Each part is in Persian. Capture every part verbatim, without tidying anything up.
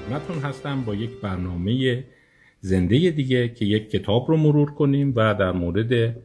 خدمتتون هستم با یک برنامه زنده دیگه که یک کتاب رو مرور کنیم و در مورد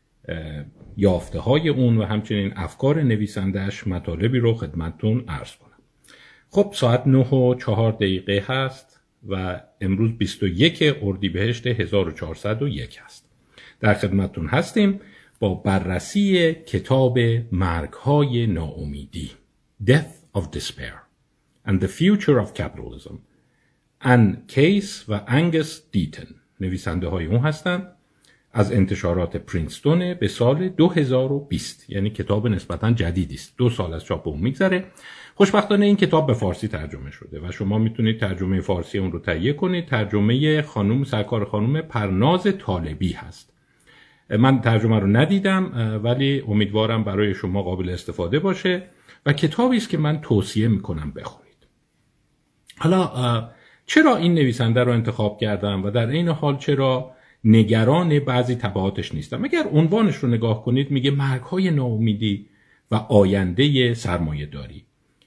یافته های اون و همچنین افکار نویسندهش مطالبی رو خدمتتون عرض کنم. خب ساعت نه و چهار دقیقه هست و امروز بیست و یک اردیبهشت هزار و چهارصد و یک هست. در خدمتتون هستیم با بررسی کتاب مرگ‌های ناامیدی Death of Despair and the Future of Capitalism ان کیس و انگس دیتن نویسنده های اون هستند. از انتشارات پرینستون به سال دو هزار و بیست، یعنی کتاب نسبتاً جدیدی است. دو سال از چاپ اون میگذره. خوشبختانه این کتاب به فارسی ترجمه شده و شما میتونید ترجمه فارسی اون رو تهیه کنید. ترجمه خانم سرکار خانم پرناز طالبی هست. من ترجمه رو ندیدم ولی امیدوارم برای شما قابل استفاده باشه و کتابی است که من توصیه میکنم بخونید. حالا چرا این نویسنده رو انتخاب کردم و در این حال چرا نگران بعضی تبعاتش نیستم؟ اگر عنوانش رو نگاه کنید میگه مرگ‌های ناامیدی و آینده سرمایه داری.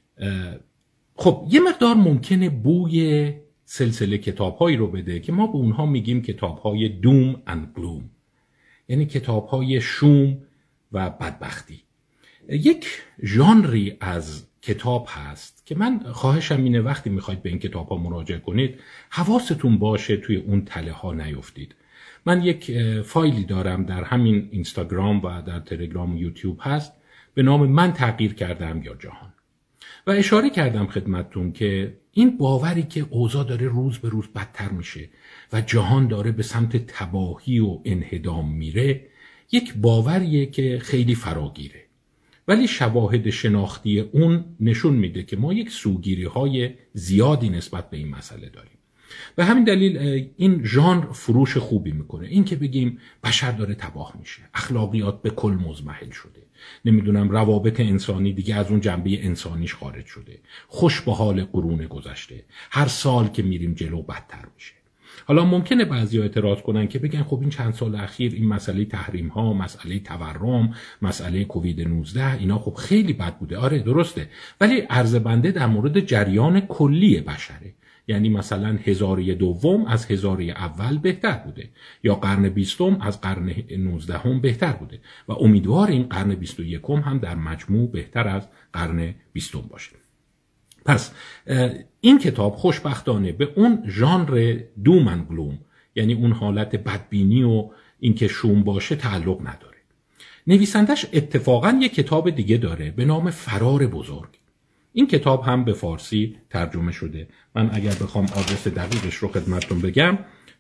خب یه مقدار ممکنه بوی سلسله کتاب‌هایی رو بده که ما به اونها میگیم کتاب‌های دوم اند گلوم، یعنی کتاب‌های شوم و بدبختی. یک ژانری از کتاب هست که من خواهشم اینه وقتی میخواید به این کتاب ها مراجعه کنید حواستون باشه توی اون تله ها نیفتید. من یک فایلی دارم در همین اینستاگرام و در تلگرام و یوتیوب هست به نام من تغییر کردم یا جهان و اشاره کردم خدمتتون که این باوری که اوضاع داره روز به روز بدتر میشه و جهان داره به سمت تباهی و انهدام میره یک باوریه که خیلی فراگیره، ولی شواهد شناختی اون نشون میده که ما یک سوگیری های زیادی نسبت به این مسئله داریم. به همین دلیل این ژانر فروش خوبی میکنه. این که بگیم بشر داره تباه میشه، اخلاقیات به کل مزمحل شده، نمیدونم روابط انسانی دیگه از اون جنبه انسانیش خارج شده، خوش به حال قرون گذشته، هر سال که میریم جلو بدتر میشه. حالا ممکنه بعضیا اعتراض کنن که بگن خب این چند سال اخیر این مسئله تحریم ها، مسئله تورم، مسئله کووید نوزده اینا خب خیلی بد بوده. آره درسته، ولی عرض بنده در مورد جریان کلی بشره. یعنی مثلا هزاره دوم از هزاره اول بهتر بوده یا قرن بیستم از قرن نوزدهم بهتر بوده و امیدواریم قرن بیست و یکم هم در مجموع بهتر از قرن بیستم باشه. پس این کتاب خوشبختانه به اون ژانر دوم اند گلوم، یعنی اون حالت بدبینی و اینکه شوم باشه تعلق نداره. نویسندش اتفاقا یک کتاب دیگه داره به نام فرار بزرگ. این کتاب هم به فارسی ترجمه شده. من اگر بخوام آدرس دقیقش رو خدمتتون بگم،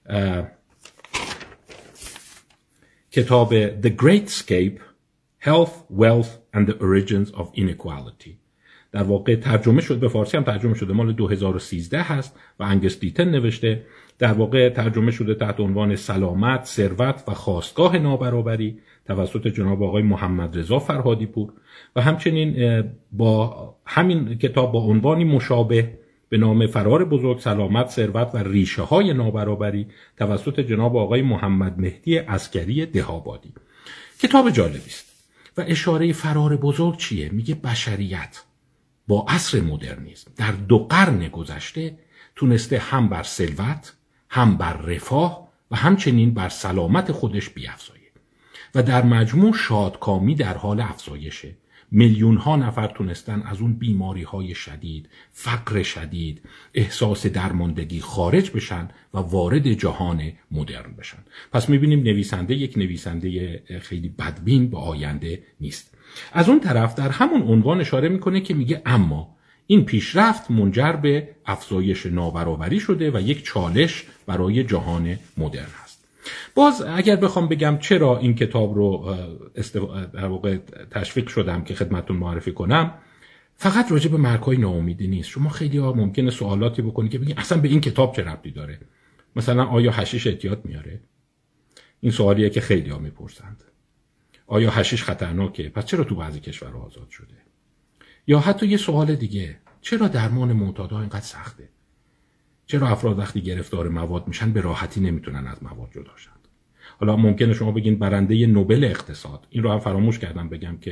کتاب The Great Escape: Health, Wealth and the Origins of Inequality در واقع ترجمه شد، به فارسی هم ترجمه شده، مال دو هزار و سیزده هست و انگس دیتن نوشته. در واقع ترجمه شده تحت عنوان سلامت، ثروت و خاستگاه نابرابری توسط جناب آقای محمد رضا فرهادی پور و همچنین با همین کتاب با عنوانی مشابه به نام فرار بزرگ، سلامت، ثروت و ریشه های نابرابری توسط جناب آقای محمد مهدی عسکری دهابادی. کتاب جالبی است و اشاره فرار بزرگ چیه؟ میگه بشریت با عصر مدرنیسم در دو قرن گذشته تونسته هم بر ثروت، هم بر رفاه و همچنین بر سلامت خودش بیفزایه و در مجموع شادکامی در حال افزایشه. میلیون ها نفر تونستن از اون بیماری های شدید، فقر شدید، احساس درماندگی خارج بشن و وارد جهان مدرن بشن. پس میبینیم نویسنده یک نویسنده خیلی بدبین به آینده نیست. از اون طرف در همون عنوان اشاره میکنه که میگه اما این پیشرفت منجر به افزایش نابرابری شده و یک چالش برای جهان مدرن است. باز اگر بخوام بگم چرا این کتاب رو در واقع تشویق شدم که خدمتتون معرفی کنم، فقط راجع به مرگ‌های ناامیدی نیست. شما خیلی ها ممکنه سوالاتی بکنید که بگید اصلا به این کتاب چه ربطی داره؟ مثلا آیا حشیش اعتیاد میاره؟ این سوالیه که خیلی ها میپرسند. آیا حشیش خطرناکه؟ پس چرا تو بعضی کشورها آزاد شده؟ یا حتی یه سوال دیگه، چرا درمان معتادها اینقدر سخته؟ چرا افراد وقتی گرفتار مواد میشن به راحتی نمیتونن از مواد جدا شن؟ حالا ممکنه شما بگین برنده نوبل اقتصاد، این رو هم فراموش کردم بگم که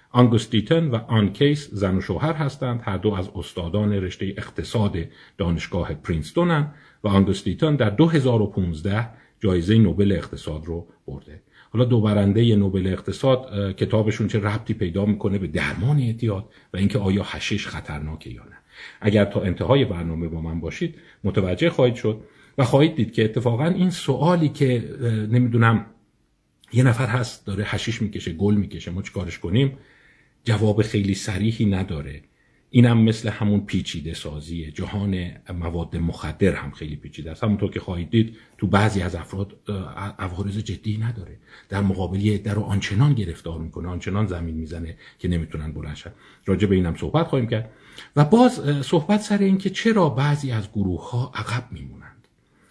آنگوست دیتون و آن کیس زن و شوهر هستند، هر دو از استادان رشته اقتصاد دانشگاه پرینستونن و آنگوست دیتون در دو هزار و پانزده جایزه نوبل اقتصاد رو برده. حالا دو برنده نوبل اقتصاد کتابشون چه ربطی پیدا میکنه به درمان اعتیاد و اینکه آیا حشیش خطرناکه یا نه؟ اگر تا انتهای برنامه با من باشید متوجه خواهید شد و خواهید دید که اتفاقا این سوالی که نمیدونم یه نفر هست داره حشیش میکشه، گل میکشه، ما چیکارش کنیم، جواب خیلی صریحی نداره. اینم مثل همون پیچیده سازیه. جهان مواد مخدر هم خیلی پیچیده است. همونطور که خواهید دید تو بعضی از افراد عوارض جدی نداره، در مقابل یه عده رو آنچنان گرفتار میکنه، آنچنان زمین میزنه که نمیتونن بلند شن. راجع به اینم صحبت خواهیم کرد و باز صحبت سر این که چرا بعضی از گروه ها عقب میمونند.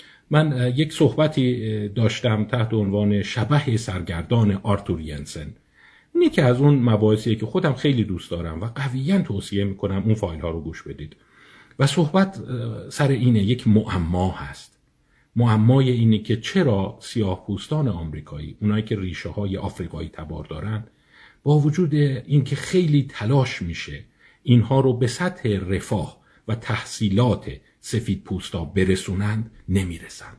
من یک صحبتی داشتم تحت عنوان شبح سرگردان آرتور ینسن. این یکی از اون مباحثیه که خودم خیلی دوست دارم و قویاً توصیه میکنم اون فایل ها رو گوش بدید. و صحبت سر اینه، یک معما هست. معمای اینه که چرا سیاه‌پوستان آمریکایی، اونایی که ریشه های آفریقایی تبار دارن، با وجود اینکه خیلی تلاش میشه اینها رو به سطح رفاه و تحصیلات سفید پوستا برسونند، نمیرسند.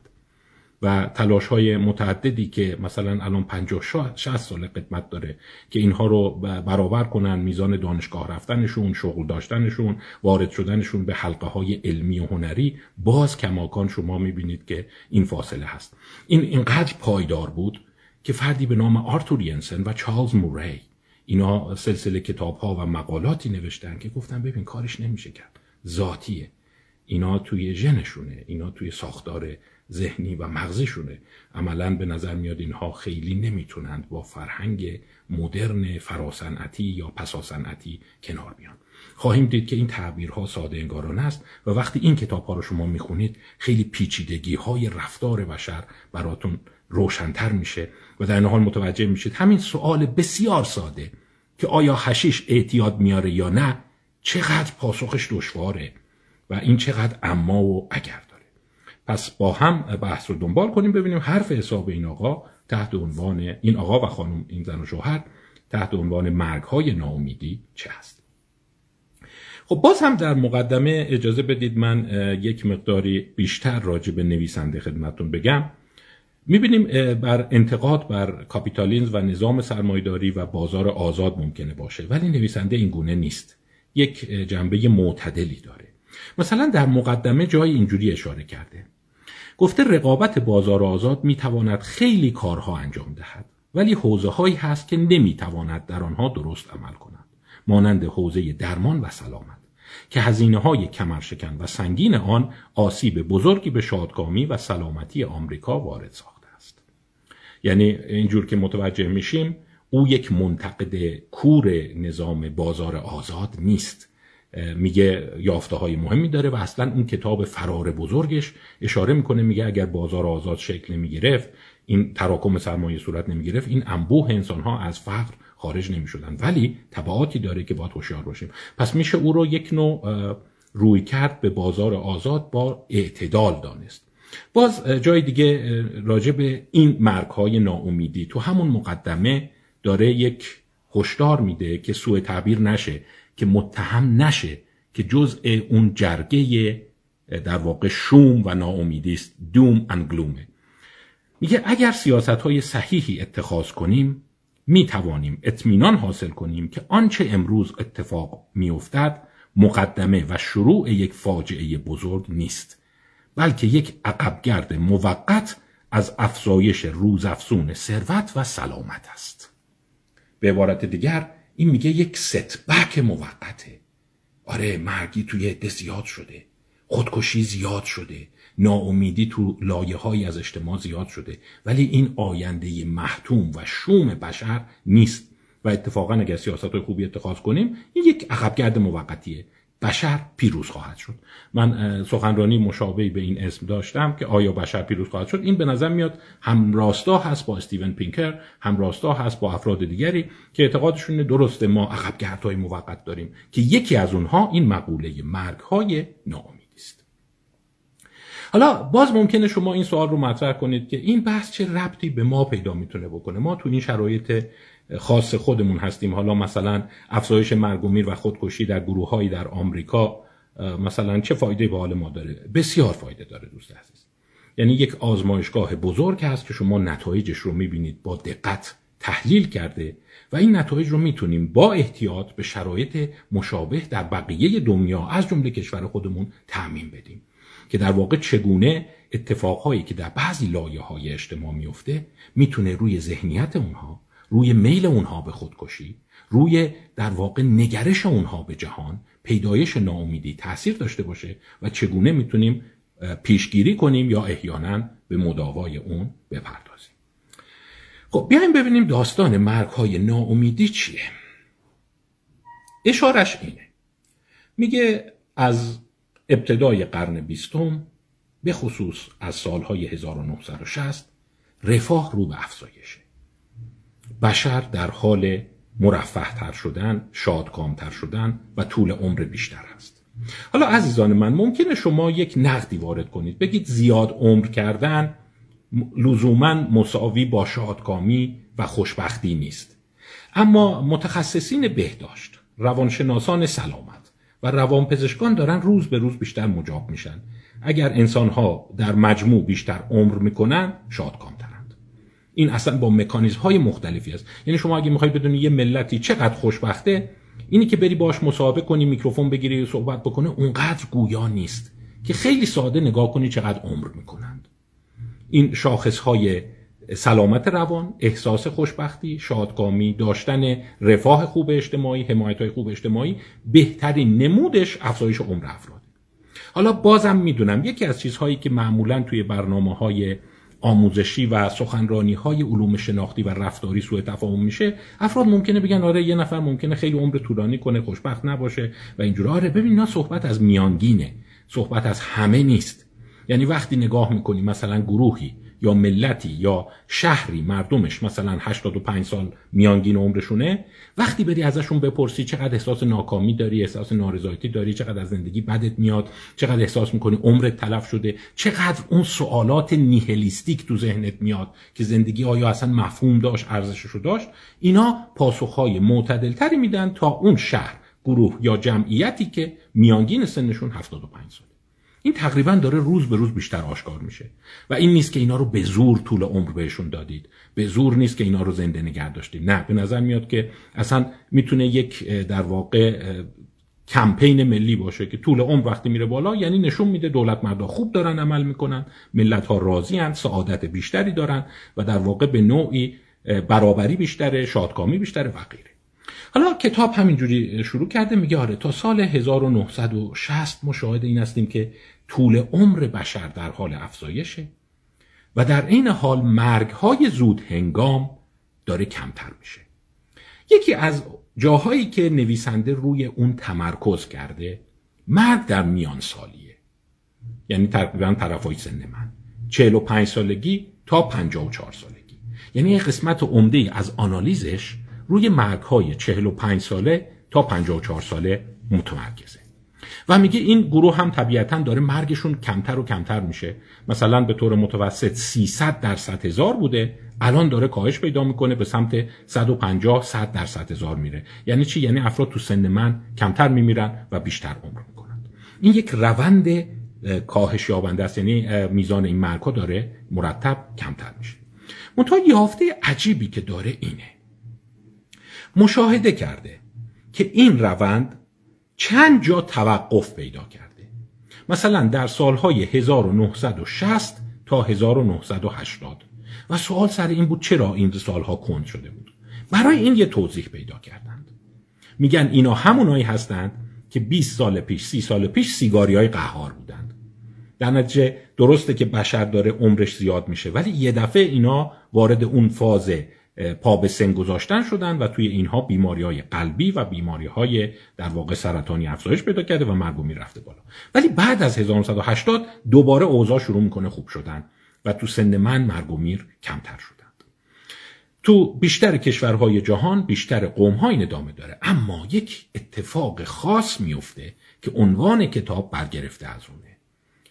و تلاش های متعددی که مثلا الان پنجاه شصت سال قدمت داره که اینها رو برابر کنن، میزان دانشگاه رفتنشون، شغل داشتنشون، وارد شدنشون به حلقه های علمی و هنری، باز کماکان شما میبینید که این فاصله هست. این اینقدر پایدار بود که فردی به نام آرتور ینسن و چارلز موری اینا سلسله کتاب ها و مقالاتی نوشتن که گفتن ببین کارش نمیشه کرد، ذاتیه، اینا توی ژنشونه، اینا توی ساختار ذهنی و مغزشونه. عملاً به نظر میاد اینها خیلی نمیتونند با فرهنگ مدرن فراصنعتی یا پساصنعتی کنار بیان. خواهیم دید که این تعبیرها ساده انگارانه است و وقتی این کتاب‌ها رو شما میخونید خیلی پیچیدگی‌های رفتار بشر براتون روشن‌تر میشه و در این حال متوجه میشید همین سوال بسیار ساده که آیا حشیش اعتیاد میاره یا نه، چقدر پاسخش دشواره و این چقدر اما و اگر. پس با هم بحث رو دنبال کنیم، ببینیم حرف حساب این آقا تحت عنوان این آقا و خانم، این زن و شوهر، تحت عنوان مرگ‌های ناامیدی چه هست. خب باز هم در مقدمه اجازه بدید من یک مقداری بیشتر راجع به نویسنده خدمتتون بگم. می‌بینیم بر انتقاد بر کاپیتالیسم و نظام سرمایه‌داری و بازار آزاد ممکنه باشه، ولی نویسنده این گونه نیست. یک جنبه معتدلی داره. مثلا در مقدمه جای اینجوری اشاره کرده، گفته رقابت بازار آزاد میتواند خیلی کارها انجام دهد، ولی حوزه هایی هست که نمیتواند در آنها درست عمل کند، مانند حوزه درمان و سلامت که هزینه های کمرشکن و سنگین آن آسیب بزرگی به شادکامی و سلامتی آمریکا وارد ساخته است. یعنی اینجور که متوجه میشیم او یک منتقد کور نظام بازار آزاد نیست. میگه یافته های مهمی داره و اصلا اون کتاب فرار بزرگش اشاره میکنه، میگه اگر بازار آزاد شکل نمیگرفت، این تراکم سرمایه صورت نمیگرفت، این انبوه انسان ها از فقر خارج نمیشدن، ولی تبعاتی داره که باید هوشیار باشیم. پس میشه او رو یک نوع روی کرد به بازار آزاد با اعتدال دانست. باز جای دیگه راجع به این مرگ های ناامیدی تو همون مقدمه داره یک هشدار میده که سوء تعبیر نشه، که متهم نشه که جزء اون جرگه در واقع شوم و ناامیدی است، دوم اند گلومه. میگه اگر سیاست‌های صحیحی اتخاذ کنیم می توانیم اطمینان حاصل کنیم که آنچه امروز اتفاق میافتد مقدمه و شروع یک فاجعه بزرگ نیست، بلکه یک عقبگرد موقت از افزایش روزافزون ثروت و سلامت است. به عبارت دیگر این میگه یک ستبک موقته. آره مرگی توی عده زیاد شده، خودکشی زیاد شده، ناامیدی تو لایه‌هایی از اجتماع زیاد شده، ولی این آینده محتوم و شوم بشر نیست و اتفاقا اگر سیاست‌های خوبی اتخاذ کنیم این یک عقبگرد موقتیه. بشر پیروز خواهد شد. من سخنرانی مشابهی به این اسم داشتم که آیا بشر پیروز خواهد شد. این به نظر میاد هم راستا هست با استیون پینکر، هم راستا هست با افراد دیگری که اعتقادشون درسته ما عقبگردهای موقت داریم که یکی از اونها این مقوله مرگ‌های ناامیدی است. حالا باز ممکنه شما این سوال رو مطرح کنید که این بحث چه ربطی به ما پیدا میتونه بکنه؟ ما تو این شرایط خاص خودمون هستیم. حالا مثلا افزایش مرگ و میر و خودکشی در گروه‌هایی در آمریکا مثلا چه فایده به حال ما داره؟ بسیار فایده داره دوست عزیز. یعنی یک آزمایشگاه بزرگ هست که شما نتایجش رو میبینید، با دقت تحلیل کرده و این نتایج رو میتونیم با احتیاط به شرایط مشابه در بقیه دنیا از جمله کشور خودمون تعمیم بدیم که در واقع چگونه اتفاقهایی که در بعضی لایه‌های اجتماع میفته میتونه روی ذهنیت اونها، روی میل اونها به خودکشی، روی در واقع نگرش اونها به جهان، پیدایش ناامیدی تأثیر داشته باشه و چگونه میتونیم پیشگیری کنیم یا احیانا به مداوای اون بپردازیم. خب بیایم ببینیم داستان مرگ‌های ناامیدی چیه. اشارش اینه، میگه از ابتدای قرن بیستم به خصوص از سالهای هزار و نهصد و شصت رفاه رو به افزایشه. بشر در حال مرفه تر شدن، شادکامتر شدن و طول عمر بیشتر هست. حالا عزیزان من ممکنه شما یک نقدی وارد کنید، بگید زیاد عمر کردن لزوماً مساوی با شادکامی و خوشبختی نیست. اما متخصصین بهداشت، روانشناسان سلامت و روانپزشکان دارن روز به روز بیشتر مجاب میشن. اگر انسان‌ها در مجموع بیشتر عمر میکنن شادکامترند. این اصلا با مکانیزم‌های مختلفی است. یعنی شما اگه میخواید بدونی یه ملتی چقدر خوشبخته، اینی که بری باش مصاحبه کنی، میکروفون بگیری و صحبت بکنه اونقدر گویا نیست که خیلی ساده نگاه کنی چقدر عمر میکنند. این شاخص‌های سلامت روان، احساس خوشبختی، شادکامی، داشتن رفاه خوب اجتماعی، حمایت‌های خوب اجتماعی، بهترین نمودش افزایش عمر افراد. حالا بازم میدونم یکی از چیزهایی که معمولاً توی برنامه‌های آموزشی و سخنرانی‌های علوم شناختی و رفتاری سوء تفاهم میشه، افراد ممکنه بگن آره یه نفر ممکنه خیلی عمر طولانی کنه خوشبخت نباشه و اینجوری. آره ببین اینا صحبت از میانگینه، صحبت از همه نیست. یعنی وقتی نگاه میکنی مثلا گروهی یا ملتی یا شهری مردمش مثلا هشتاد و پنج سال میانگین عمرشونه، وقتی بری ازشون بپرسی چقدر احساس ناکامی داری، احساس نارضایتی داری، چقدر از زندگی بدت میاد، چقدر احساس میکنی عمرت تلف شده، چقدر اون سوالات نیهیلیستیک تو ذهنت میاد که زندگی آیا اصلا مفهوم داشت، ارزششو داشت، اینا پاسخهای معتدلتری میدن تا اون شهر، گروه یا جمعیتی که میانگین سنشون هفتاد و پنج سال. این تقریبا داره روز به روز بیشتر آشکار میشه و این نیست که اینا رو به زور طول عمر بهشون دادید، به زور نیست که اینا رو زنده نگه داشتید. نه، به نظر میاد که اصلا میتونه یک در واقع کمپین ملی باشه که طول عمر وقتی میره بالا یعنی نشون میده دولت مردا خوب دارن عمل میکنن، ملت ها راضی ان، سعادت بیشتری دارن و در واقع به نوعی برابری بیشتره، شادکامی بیشتره و غیره. حالا کتاب همینجوری شروع کرده، میگه آره تا سال هزار و نهصد و شصت مشاهده این هستیم که طول عمر بشر در حال افزایشه و در این حال مرگ‌های زود هنگام داره کمتر میشه. یکی از جاهایی که نویسنده روی اون تمرکز کرده مرگ در میان سالیه، یعنی تقریبا طرفای سن من، چهل و پنج سالگی تا پنجاه و چهار سالگی. یعنی یک قسمت عمده از آنالیزش روی مرگ‌های چهل و پنج ساله تا پنجاه و چهار ساله متمرکزه و میگه این گروه هم طبیعتاً داره مرگشون کمتر و کمتر میشه. مثلا به طور متوسط سیصد در صد هزار بوده، الان داره کاهش پیدا میکنه به سمت صد و پنجاه صد در صد هزار میره. یعنی چی؟ یعنی افراد تو سن من کمتر میمیرن و بیشتر عمر میکنن. این یک روند کاهش یابنده است، یعنی میزان این مرگ‌ها داره مرتب کمتر میشه. منتها یافته عجیبی که داره اینه، مشاهده کرده که این روند چند جا توقف پیدا کرده. مثلا در سالهای هزار و نهصد و شصت تا هزار و نهصد و هشتاد و سوال سر این بود چرا این سالها کند شده بود. برای این یه توضیح پیدا کردند. میگن اینا همونایی هستند که بیست سال پیش، سی سال پیش سیگاریای قهار بودند. در نتیجه درسته که بشر داره عمرش زیاد میشه ولی یه دفعه اینا وارد اون فاز پا به سن گذاشتن شدن و توی اینها بیماری‌های قلبی و بیماری‌های در واقع سرطانی افزایش پیدا کرده و مرگ و میر رفته بالا. ولی بعد از هزار و نهصد و هشتاد دوباره اوضاع شروع میکنه خوب شدن و تو سن من مرگ و میر کمتر شدند. تو بیشتر کشورهای جهان بیشتر قوم‌ها این ادامه داره، اما یک اتفاق خاص میفته که عنوان کتاب برگرفته از اونه. از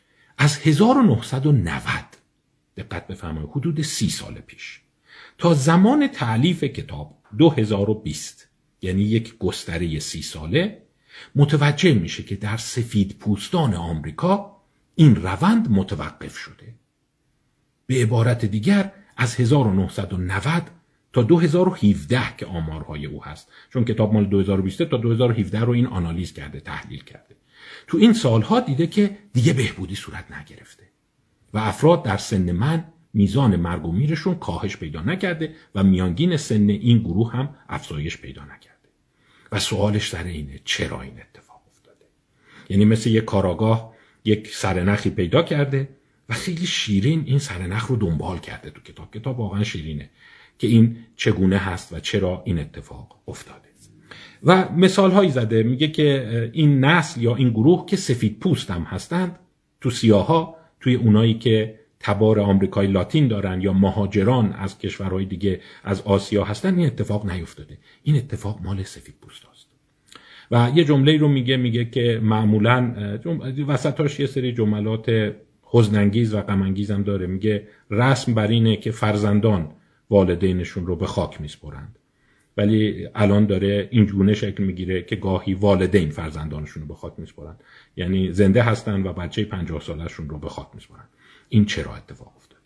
از هزار و نهصد و نود، دقت بفرمایید حدود سی سال پیش، تا زمان تألیف کتاب دو هزار و بیست، یعنی یک گستره سی ساله، متوجه میشه که در سفید پوستان آمریکا این روند متوقف شده. به عبارت دیگر از هزار و نهصد و نود تا دو هزار و هفده که آمارهای او هست، چون کتاب مال دو هزار و بیست تا دو هزار و هفده رو این آنالیز کرده، تحلیل کرده، تو این سالها دیده که دیگه بهبودی صورت نگرفته و افراد در سن من میزان مرگ و میرشون کاهش پیدا نکرده و میانگین سن این گروه هم افزایش پیدا نکرده. و سوالش سر اینه چرا این اتفاق افتاده؟ یعنی مثل یک کاراگاه یک سرنخی پیدا کرده و خیلی شیرین این سرنخ رو دنبال کرده تو کتاب. کتاب واقعا شیرینه که این چگونه هست و چرا این اتفاق افتاده. و مثال هایی زده، میگه که این نسل یا این گروه که سفید پوست هم هستند، تو سیاها، توی اونایی که تبار آمریکای لاتین دارن یا مهاجران از کشورهای دیگه از آسیا هستن، این اتفاق نیفتاده. این اتفاق مال سفید پوست هست. و یه جمله رو میگه میگه که معمولاً وسطاش یه سری جملات حزن‌انگیز و غم‌انگیز هم داره. میگه رسم بر اینه که فرزندان والدینشون رو به خاک میسپرند، ولی الان داره اینجوره شکل میگیره که گاهی والدین فرزندانشون رو به خاک میسپرند، یعنی زنده هستن و بچه پنجاه سالشون رو به خاک میسپرند. این چرا اتفاق افتاده؟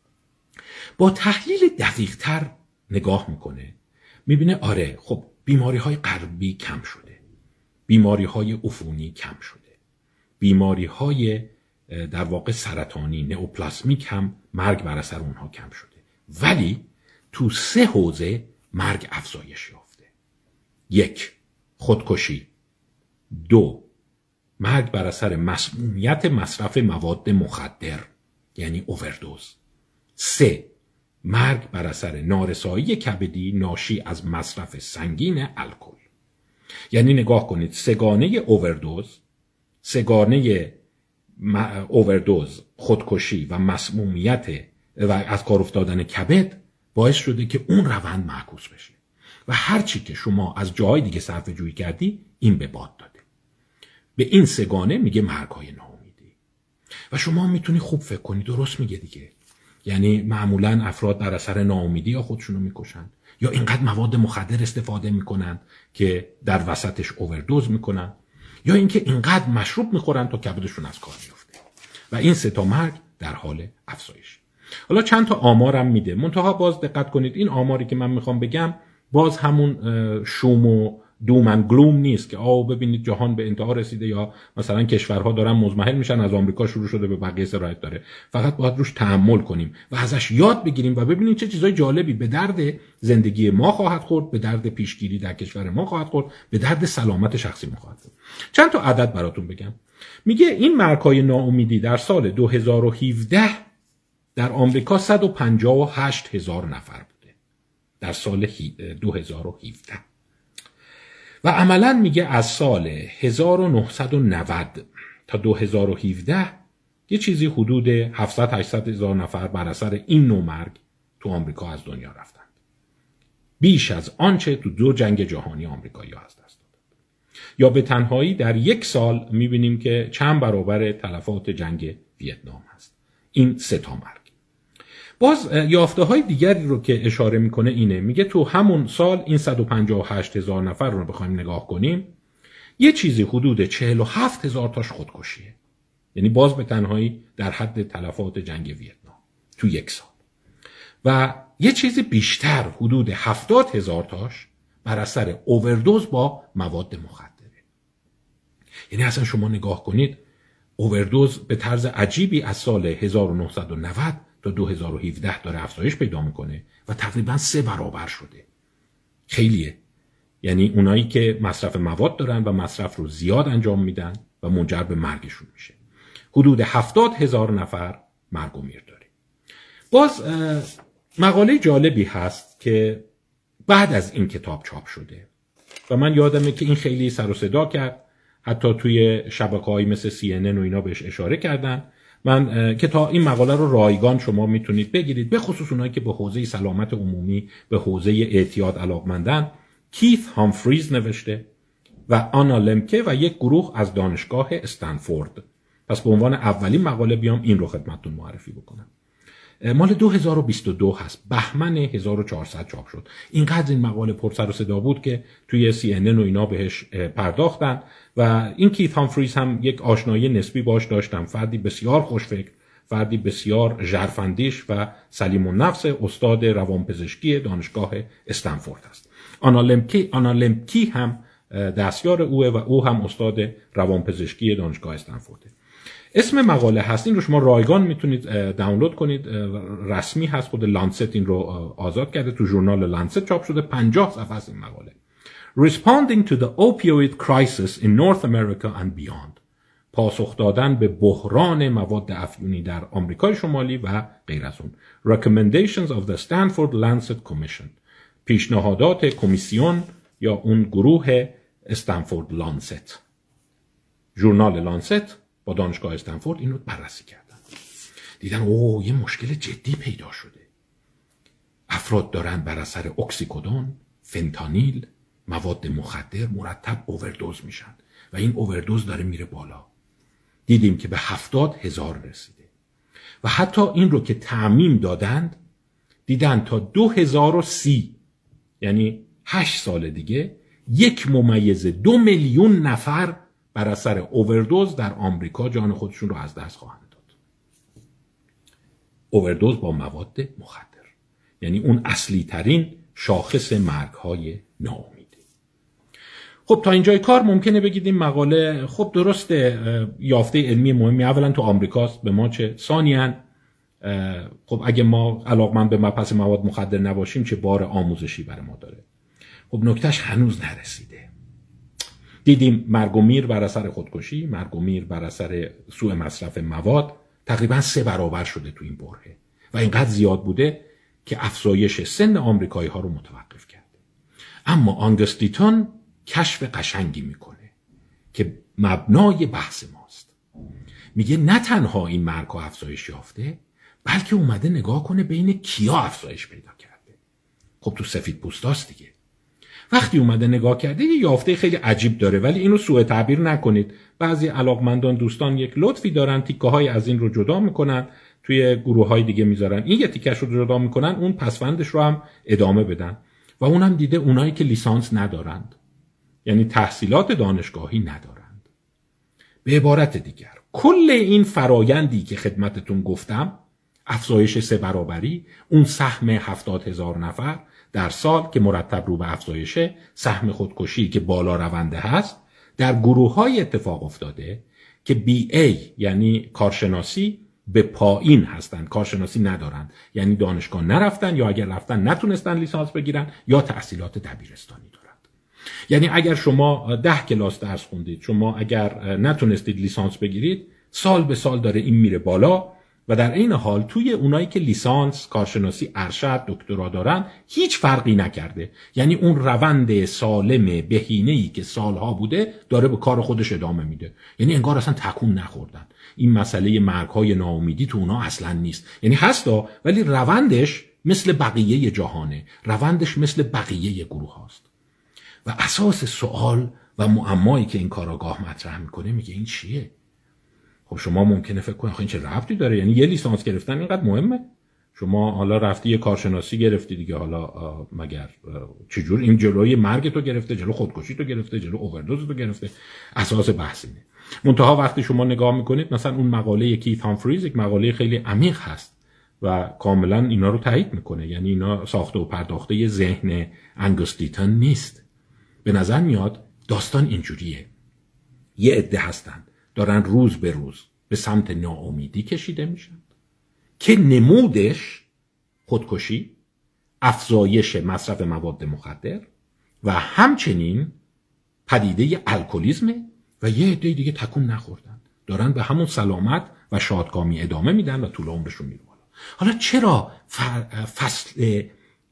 با تحلیل دقیق تر نگاه میکنه، میبینه آره خب بیماری های قلبی کم شده، بیماری های عفونی کم شده، بیماری های در واقع سرطانی نئوپلاسمیک هم مرگ بر اثر اونها کم شده، ولی تو سه حوزه مرگ افزایش یافته. یک، خودکشی. دو، مرگ بر اثر مسمومیت مصرف مواد مخدر یعنی اووردوز. سه، مرگ بر اثر نارسایی کبدی ناشی از مصرف سنگین الکل. یعنی نگاه کنید، سگانه اووردوز، سگانه اووردوز، خودکشی و مسمومیت و از کار افتادن کبد باعث شده که اون روند معکوس بشه و هر چی که شما از جاهای دیگه صرفه جویی کردی این به باد داده. به این سگانه میگه مرگ‌های ناامیدی. و شما میتونی خوب فکر کنی، درست میگه دیگه. یعنی معمولا افراد در اثر ناامیدی یا خودشونو میکشن یا اینقدر مواد مخدر استفاده میکنن که در وسطش اووردوز میکنن، یا اینکه اینقدر مشروب میخورن تا کبدشون از کار میفته و این سه تا مرگ در حال افزایش. حالا چند تا آمارم میده، منتها باز دقت کنید این آماری که من میخوام بگم باز همون شوم و دوم اند گلوم نیست که آو ببینید جهان به انتها رسیده یا مثلا کشورها دارن مزمحل میشن، از آمریکا شروع شده به بقیه سرایت داره. فقط باید روش تأمل کنیم و ازش یاد بگیریم و ببینید چه چیزای جالبی به درد زندگی ما خواهد خورد، به درد پیشگیری در کشور ما خواهد خورد، به درد سلامت شخصی ما خواهد خورد. چند تا عدد براتون بگم. میگه این مرگ‌های ناامیدی در سال دو هزار و هفده در آمریکا صد و پنجاه و هشت هزار نفر بوده در سال دو هزار و هفده و عملاً میگه از سال هزار و نهصد و نود تا دو هزار و هفده یه چیزی حدود هفتصد هشتصد هزار نفر بر اثر این نوع مرگ تو آمریکا از دنیا رفتند. بیش از آنچه تو دو جنگ جهانی آمریکایی‌ها از دست دادند. یا به تنهایی در یک سال میبینیم که چند برابر تلفات جنگ ویتنام هست. این سه تا مرگ. باز یافته های دیگری رو که اشاره میکنه اینه، میگه تو همون سال این صد و پنجاه و هشت هزار نفر رو بخوایم نگاه کنیم، یه چیزی حدود چهل و هفت هزار تاش خودکشیه. یعنی باز به تنهایی در حد تلفات جنگ ویتنام تو یک سال. و یه چیزی بیشتر حدود هفتاد هزار تاش بر اثر اووردوز با مواد مخدره. یعنی اصلا شما نگاه کنید اووردوز به طرز عجیبی از سال هزار و نهصد و نود تا دو هزار و هفده داره افزایش پیدا میکنه و تقریبا سه برابر شده. خیلیه. یعنی اونایی که مصرف مواد دارن و مصرف رو زیاد انجام میدن و منجر به مرگشون میشه. حدود هفتاد هزار نفر مرگ و میر داره. باز مقاله جالبی هست که بعد از این کتاب چاپ شده و من یادمه که این خیلی سر و صدا کرد، حتی توی شبکه‌های مثل سی ان ان و اینا بهش اشاره کردن. من که تا این مقاله رو رایگان شما میتونید بگیرید، به خصوص اونایی که به حوزه سلامت عمومی، به حوزه اعتیاد علاقمندن. کیث هامفریز نوشته و آنا لمکه و یک گروه از دانشگاه استنفورد. پس به عنوان اولین مقاله بیام این رو خدمتتون معرفی بکنم. مال دو هزار و بیست و دو هست، بهمن هزار و چهارصد چاپ شد. اینقدر این مقاله پر سر و صدا بود که توی سی ان ان و اینا بهش پرداختن و این کیت هامفریز هم یک آشنایی نسبی باش داشتم. فردی بسیار خوشفکر، فردی بسیار ژرفاندیش و سلیم النفس، استاد روانپزشکی دانشگاه استنفورد است. آنا لمکی آنا لمکی هم دستیار اوه و او هم استاد روانپزشکی دانشگاه استنفورد. اسم مقاله هست، این رو شما رایگان میتونید دانلود کنید، رسمی هست، خود لانست این رو آزاد کرده، تو ژورنال لانست چاپ شده، پنجاه صفحه است این مقاله. Responding to the opioid crisis in North America and beyond. پاسخ دادن به بحران مواد افیونی در آمریکای شمالی و غیر از اون. Recommendations of the Stanford Lancet Commission. پیشنهادات کمیسیون یا اون گروه استنفورد لانست. ژورنال لانست با دانشگاه استنفورد اینو بررسی کردن. دیدن اوه یه مشکل جدی پیدا شده. افراد دارن بر اثر اکسیکودون، فنتانیل، مواد مخدر مرتب اووردوز میشن و این اووردوز داره میره بالا. دیدیم که به هفتاد هزار رسیده و حتی این رو که تعمیم دادند دیدن تا دو هزار و سی، یعنی هشت سال دیگه، یک ممیز دو میلیون نفر بر اثر اووردوز در آمریکا جان خودشون رو از دست خواهند داد. اووردوز با مواد مخدر، یعنی اون اصلی ترین شاخص مرگ های ناامیدی. خب تا اینجای کار ممکنه بگید این مقاله خب درسته یافته علمی مهمی اولا تو آمریکاست، به ما چه؟ ثانیاً خب اگه ما علاقمند به مبحث مواد مخدر نباشیم چه بار آموزشی برای ما داره. خب نکتهش هنوز نرسیده. دیدیم مرگ و میر بر اثر خودکشی، مرگ و میر بر اثر سوء مصرف مواد تقریبا سه برابر شده تو این برهه و اینقدر زیاد بوده که افزایش سن آمریکایی ها رو متوقف کرده. اما آنگستیتون کشف قشنگی میکنه که مبنای بحث ماست. میگه نه تنها این مرگ ها افزایش یافته، بلکه اومده نگاه کنه بین کیا افزایش پیدا کرده. خب تو سفید پوستاست دیگه. وقتی اومده نگاه کرده یه یافته خیلی عجیب داره، ولی اینو سوء تعبیر نکنید. بعضی علاقمندان دوستان یک لطفی دارن، تیکه های از این رو جدا میکنن توی گروه های دیگه میذارن، این یه تیکش رو جدا میکنن، اون پسوندش رو هم ادامه بدن. و اونم دیده اونایی که لیسانس ندارند، یعنی تحصیلات دانشگاهی ندارند. به عبارت دیگر کل این فرایندی که خدمتتون گفتم، افزایش سه برابری، اون سهم هفتاد هزار نفر در سال که مرتب رو به افزایشه، سهم خودکشی که بالا رونده هست، در گروه های اتفاق افتاده که بی ای یعنی کارشناسی به پایین هستند، کارشناسی ندارند، یعنی دانشگاه نرفتن یا اگر رفتن نتونستن لیسانس بگیرن یا تحصیلات دبیرستانی دارند. یعنی اگر شما ده کلاس درس خوندید، شما اگر نتونستید لیسانس بگیرید، سال به سال داره این میره بالا و در این حال توی اونایی که لیسانس، کارشناسی، ارشد، دکترا دارن هیچ فرقی نکرده. یعنی اون روند سالم بهینه‌ای که سالها بوده داره به کار خودش ادامه میده. یعنی انگار اصلا تکون نخوردن. این مسئله مرگ‌های ناامیدی تو اونا اصلا نیست. یعنی هستا، ولی روندش مثل بقیه جهانه، روندش مثل بقیه گروه هاست. و اساس سوال و معمایی که این کاراگاه مطرح میکنه میگه این چیه؟ خب شما ممکنه فکر کنید آخه این چه ربطی داره؟ یعنی یه لیسانس گرفتن اینقدر مهمه؟ شما حالا رفتی یه کارشناسی گرفتی دیگه، حالا مگر چجور این جلوی مرگ تو گرفته، جلو خودکشی تو گرفته، جلو اووردوز تو گرفته؟ اساس بحث اینه. منتها وقتی شما نگاه میکنید مثلا اون مقاله کیت هامفریز یک مقاله خیلی عمیق هست و کاملا اینا رو تایید میکنه. یعنی اینا ساخته و پرداخته ذهن آنگوستیتون نیست. به نظر میاد داستان اینجوریه. یه عده هستن دارن روز به روز به سمت ناامیدی کشیده میشن که نمودش خودکشی، افزایش مصرف مواد مخدر و همچنین پدیده الکلیسم و یه عده دیگه تکون نخوردن دارن به همون سلامت و شادکامی ادامه میدن و طول عمرشون میره بالا. حالا چرا فصل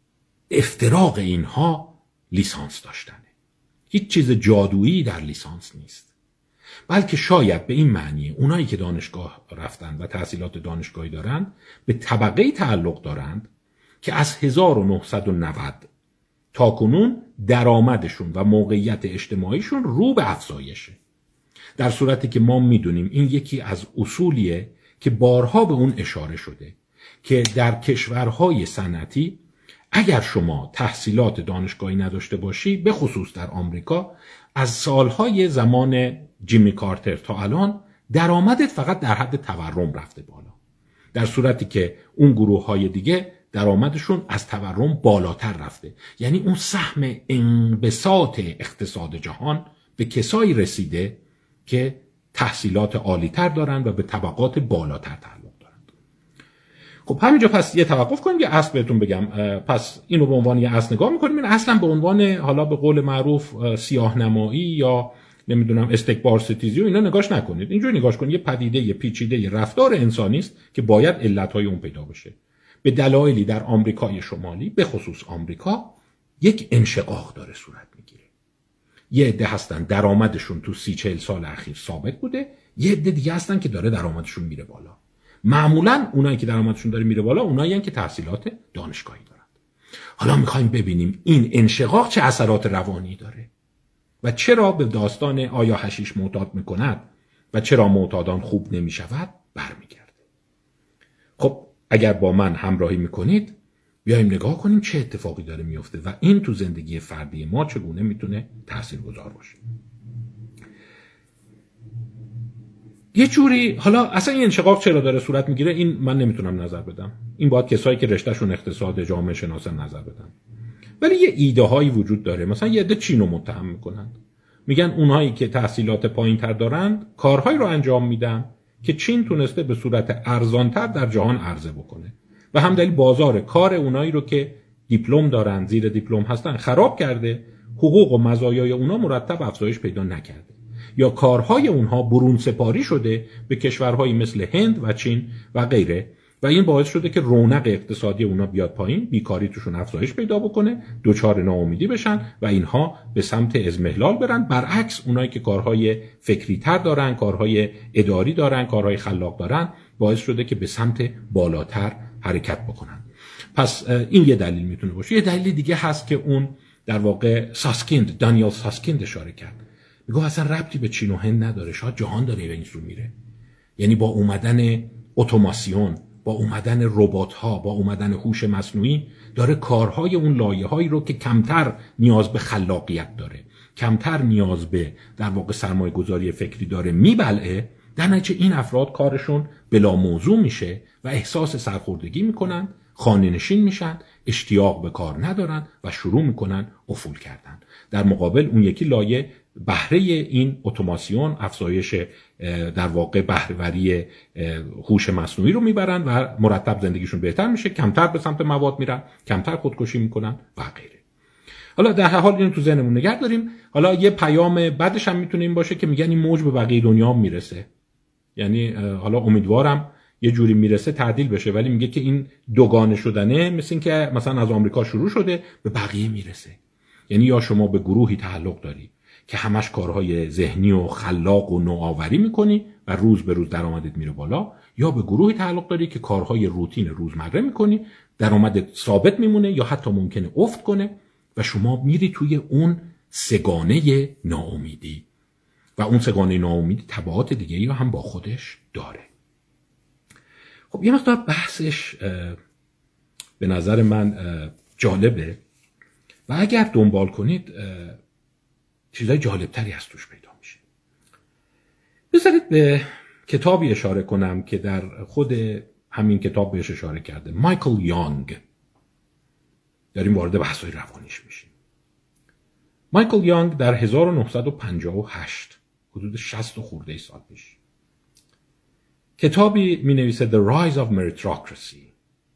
افتراق اینها لیسانس داشتنه؟ هیچ چیز جادویی در لیسانس نیست، بلکه شاید به این معنی اونایی که دانشگاه رفتن و تحصیلات دانشگاهی دارند به طبقه تعلق دارند که از هزار و نهصد و نود تا کنون درآمدشون و موقعیت اجتماعیشون رو به افزایشه. در صورتی که ما میدونیم این یکی از اصولیه که بارها به اون اشاره شده که در کشورهای صنعتی اگر شما تحصیلات دانشگاهی نداشته باشی، به خصوص در آمریکا، از سالهای زمان جیمی کارتر تا الان درآمدت فقط در حد تورم رفته بالا، در صورتی که اون گروه‌های دیگه درآمدشون از تورم بالاتر رفته. یعنی اون سهم انبساط اقتصاد جهان به کسایی رسیده که تحصیلات عالی‌تر دارن و به طبقات بالاتر تعلق دارن. خب همینجا پس یه توقف کنیم، یه اصل بهتون بگم. پس اینو به عنوان یه اصل نگاه می‌کنیم. این اصلا به عنوان حالا به قول معروف سیاه‌نمایی یا نمیدونم استکبار ستیزی و اینا نگاش نکنید. اینجوری نگاش کنید یه پدیده یه پیچیده یه رفتار انسانی است که باید علت‌های اون پیدا بشه. به دلایلی در آمریکای شمالی به خصوص آمریکا یک انشقاق داره صورت میگیره. یه عده هستن درآمدشون تو سی چهل سال اخیر ثابت بوده، یه عده دیگه هستن که داره درآمدشون میره بالا. معمولاً اونایی که درآمدشون داره میره بالا اونایی هستن که تحصیلات دانشگاهی دارن. حالا میخوایم ببینیم این انشقاق چه اثرات روانی داره و چرا به داستان آیا حشیش معتاد میکند و چرا معتادان خوب نمیشود برمیگرده. خب اگر با من همراهی میکنید بیایم نگاه کنیم چه اتفاقی داره میفته و این تو زندگی فردی ما چگونه میتونه تاثیرگذار باشه. یه جوری حالا اصلا این انشقاق چرا داره صورت میگیره این من نمیتونم نظر بدم، این باید کسایی که رشتهشون اقتصاد جامعه شناسن نظر بدن. ولی یه ایده هایی وجود داره. مثلا یه عده چین رو متهم میکنن، میگن اونهایی که تحصیلات پایین‌تر دارند کارهایی رو انجام میدن که چین تونسته به صورت ارزانتر در جهان عرضه بکنه و همدلیل بازار کار اونایی رو که دیپلم دارن، زیر دیپلم هستن خراب کرده، حقوق و مزایای اونا مرتب افزایش پیدا نکرده، یا کارهای اونها برون سپاری شده به کشورهایی مثل هند و چین و غیره و این باعث شده که رونق اقتصادی اونا بیاد پایین، بیکاری توشون افزایش پیدا بکنه، دوچار ناامیدی بشن و اینها به سمت اضمحلال برن. برعکس اونایی که کارهای فکری تر دارن، کارهای اداری دارن، کارهای خلاق دارن، باعث شده که به سمت بالاتر حرکت بکنن. پس این یه دلیل میتونه باشه. یه دلیل دیگه هست که اون در واقع ساسکیند، دانیل ساسکیند اشاره کرد. میگه اصلا ربطی به چین و هند نداره، شاید جهان داره به این سو میره. یعنی با اومدن اتوماسیون، با اومدن ربات‌ها، با اومدن هوش مصنوعی داره کارهای اون لایه‌هایی رو که کمتر نیاز به خلاقیت داره، کمتر نیاز به در واقع سرمایه‌گذاری فکری داره میبلعه. در نتیجه این افراد کارشون بلا موضوع میشه و احساس سرخوردگی میکنن، خانه نشین میشن، اشتیاق به کار ندارن و شروع میکنن افول کردن. در مقابل اون یکی لایه بهره این اتوماسیون، افزایش در واقع بهره‌وری هوش مصنوعی رو میبرن و مرتب زندگیشون بهتر میشه، کمتر به سمت مواد میرن، کمتر خودکشی میکنن و غیره. حالا در هر حال اینو تو ذهنمون نگه داریم. حالا یه پیام بعدش هم میتونه این باشه که میگن این موج به بقیه دنیا هم میرسه. یعنی حالا امیدوارم یه جوری میرسه تعدیل بشه، ولی میگه که این دوگانه شدنه مثل این که مثلا از آمریکا شروع شده به بقیه میرسه. یعنی یا شما به گروهی تعلق داری که همش کارهای ذهنی و خلاق و نوآوری میکنی و روز به روز درآمدت میره بالا، یا به گروهی تعلق داری که کارهای روتین روزمره میکنی، درآمدت ثابت میمونه یا حتی ممکنه افت کنه و شما میری توی اون سگانه ناامیدی و اون سگانه ناامیدی تبعات دیگه‌ای رو هم با خودش داره. خب یه مقدار بحثش به نظر من جالبه و اگر دنبال کنید چیزای جالبتری از توش پیدا میشه. بذارید به کتابی اشاره کنم که در خود همین کتاب بهش اشاره کرده، مایکل یانگ. داریم وارد بحث‌های روانیش میشیم. مایکل یانگ در هزار و نهصد و پنجاه و هشت، حدود شصت و خورده سال پیش، کتابی می نویسه The Rise of Meritocracy،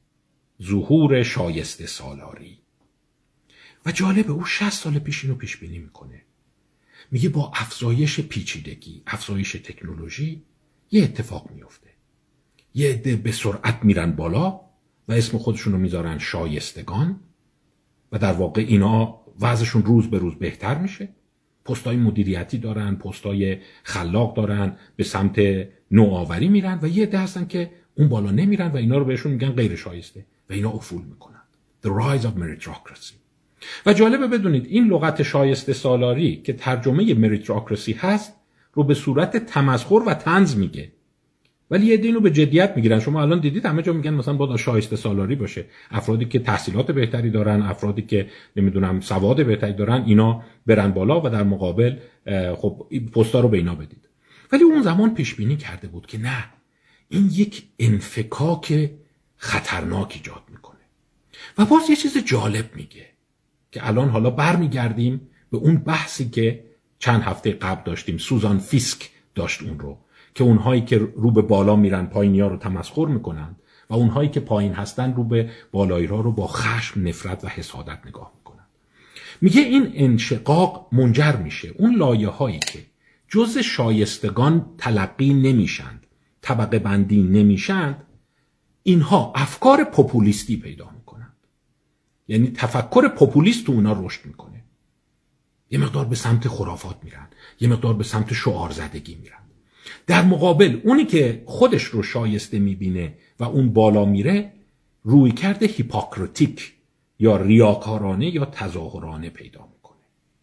ظهور شایسته سالاری. و جالبه او شصت سال پیش اینو پیش بینی میکنه. میگه با افزایش پیچیدگی، افزایش تکنولوژی یه اتفاق میفته. یه عده به سرعت میرن بالا و اسم خودشون رو میذارن شایستگان و در واقع اینا وضعشون روز به روز بهتر میشه. پستای مدیریتی دارن، پستای خلاق دارن، به سمت نوآوری میرن و یه عده هستن که اون بالا نمیرن و اینا رو بهشون میگن غیر شایسته و اینا افول میکنن. The rise of meritocracy. و جالبه بدونید این لغت شایسته سالاری که ترجمه meritocracy هست، رو به صورت تمسخر و طنز میگه، ولی یه دینو به جدیت میگیرن. شما الان دیدید همه جا میگن مثلا باید شایسته سالاری باشه، افرادی که تحصیلات بهتری دارن، افرادی که نمیدونم سواد بهتری دارن، اینا برن بالا و در مقابل خب پستا رو به اینا بدید. ولی اون زمان پیش بینی کرده بود که نه، این یک انفکاک خطرناک ایجاد میکنه. و باز یه چیز جالب میگه که الان حالا برمیگردیم به اون بحثی که چند هفته قبل داشتیم، سوزان فیسک داشت اون رو، که اونهایی که رو به بالا میرن پایینیا رو تمسخر میکنن و اونهایی که پایین هستن رو به بالایی را رو با خشم، نفرت و حسادت نگاه میکنن. میگه این انشقاق منجر میشه اون لایه هایی که جز شایستگان تلقی نمیشند، طبقه بندی نمیشند، اینها افکار پوپولیستی پیدا میکنند. یعنی تفکر پوپولیست تو اونا رشد میکنه، یه مقدار به سمت خرافات میرن، یه مقدار به سمت شعار زدگی میرن. در مقابل اونی که خودش رو شایسته میبینه و اون بالا میره، روی کرده هیپوکریتیک یا ریاکارانه یا تظاهرانه پیدا میکنه.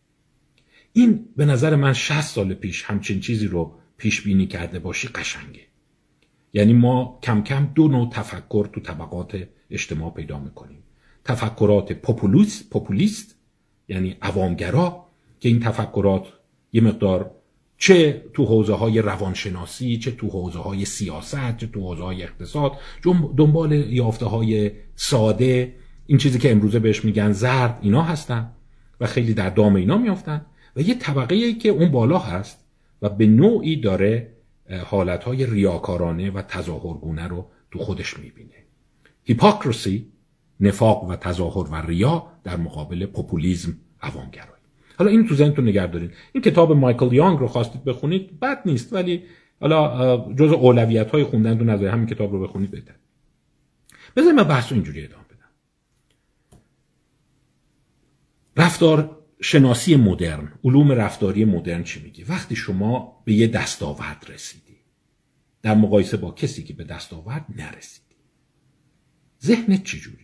این به نظر من شصت سال پیش همچین چیزی رو پیش بینی کرده باشی قشنگه. یعنی ما کم کم دو نوع تفکر تو طبقات اجتماع پیدا میکنیم. تفکرات پوپولیست پوپولیست یعنی عوامگرا، که این تفکرات یه مقدار چه تو حوزه های روانشناسی، چه تو حوزه های سیاست، چه تو حوزه های اقتصاد، دنبال یافته های ساده، این چیزی که امروزه بهش میگن زرد، اینا هستن و خیلی در دام اینا میافتن. و یه طبقه ای که اون بالا هست و به نوعی داره حالتهای ریاکارانه و تظاهرگونه رو تو خودش میبینه. هیپوکریسی، نفاق و تظاهر و ریا در مقابل پوپولیسم، عوامگرایی. حالا این تو ذهنتون نگه دارید. این کتاب مایکل یانگ رو خواستید بخونید، بد نیست، ولی حالا جزء اولویت‌های خوندن تو نظر همین کتاب رو بخونید بهتره. بذارید من بحث رو اینجوری ادامه بدم. رفتار شناسی مدرن، علوم رفتاری مدرن چی میگه؟ وقتی شما به یه دستاورد رسیدی در مقایسه با کسی که به دستاورد نرسیدی، ذهنت چجوریه؟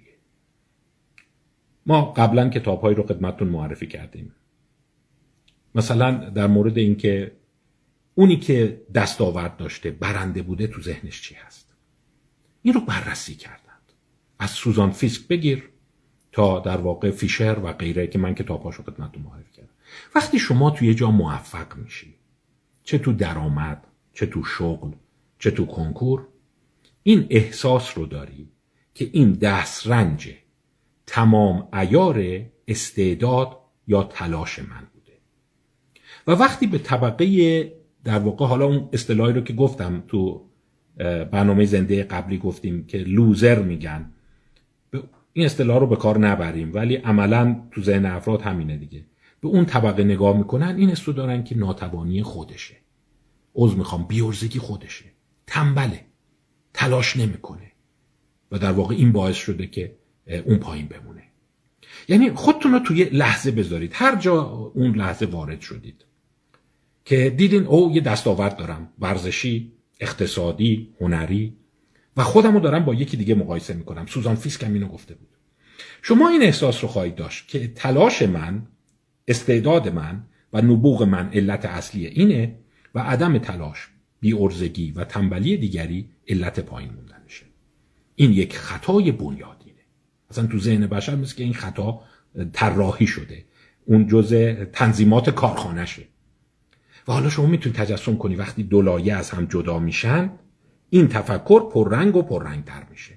ما قبلا کتاب‌هایی رو خدمتتون معرفی کردیم، مثلا در مورد این که اونی که دستاورد داشته، برنده بوده، تو ذهنش چی هست. این رو بررسی کردند، از سوزان فیسک بگیر تا در واقع فیشر و غیره که من کتاب‌هاشو خدمتتون معرفی کردم. وقتی شما توی جا موفق میشی، چه تو درآمد، چه تو شغل، چه تو کنکور، این احساس رو داری که این دسترنج تمام عیار استعداد یا تلاش من بوده. و وقتی به طبقه در واقع، حالا اون اصطلاحی رو که گفتم تو برنامه زنده قبلی گفتیم که لوزر میگن، این اصطلاح رو به کار نبریم ولی عملاً تو ذهن افراد همینه دیگه. به اون طبقه نگاه میکنن، این حسو دارن که ناتوانی خودشه، عذر میخوام بی‌عرضگی خودشه، تنبله، تلاش نمیکنه و در واقع این باعث شده که اون پایین بمونه. یعنی خودتون رو توی لحظه بذارید، هر جا اون لحظه وارد شدید که دیدین او یه دستاورد دارم، ورزشی، اقتصادی، هنری، و خودم رو دارم با یکی دیگه مقایسه میکنم. سوزان فیسک هم اینو گفته بود. شما این احساس رو خواهید داشت که تلاش من، استعداد من و نبوغ من علت اصلی اینه و عدم تلاش، بی‌عرضگی و تنبلی دیگری علت پایین موندنشه. این یک خطای بنیادینه. اصلا تو ذهن بشر مثل که این خطا طراحی شده، اون جزء تنظیمات کارخانه‌شه. و حالا شما میتونید تجسم کنی وقتی دو لایه از هم جدا میشن، این تفکر پررنگ و پررنگتر میشه.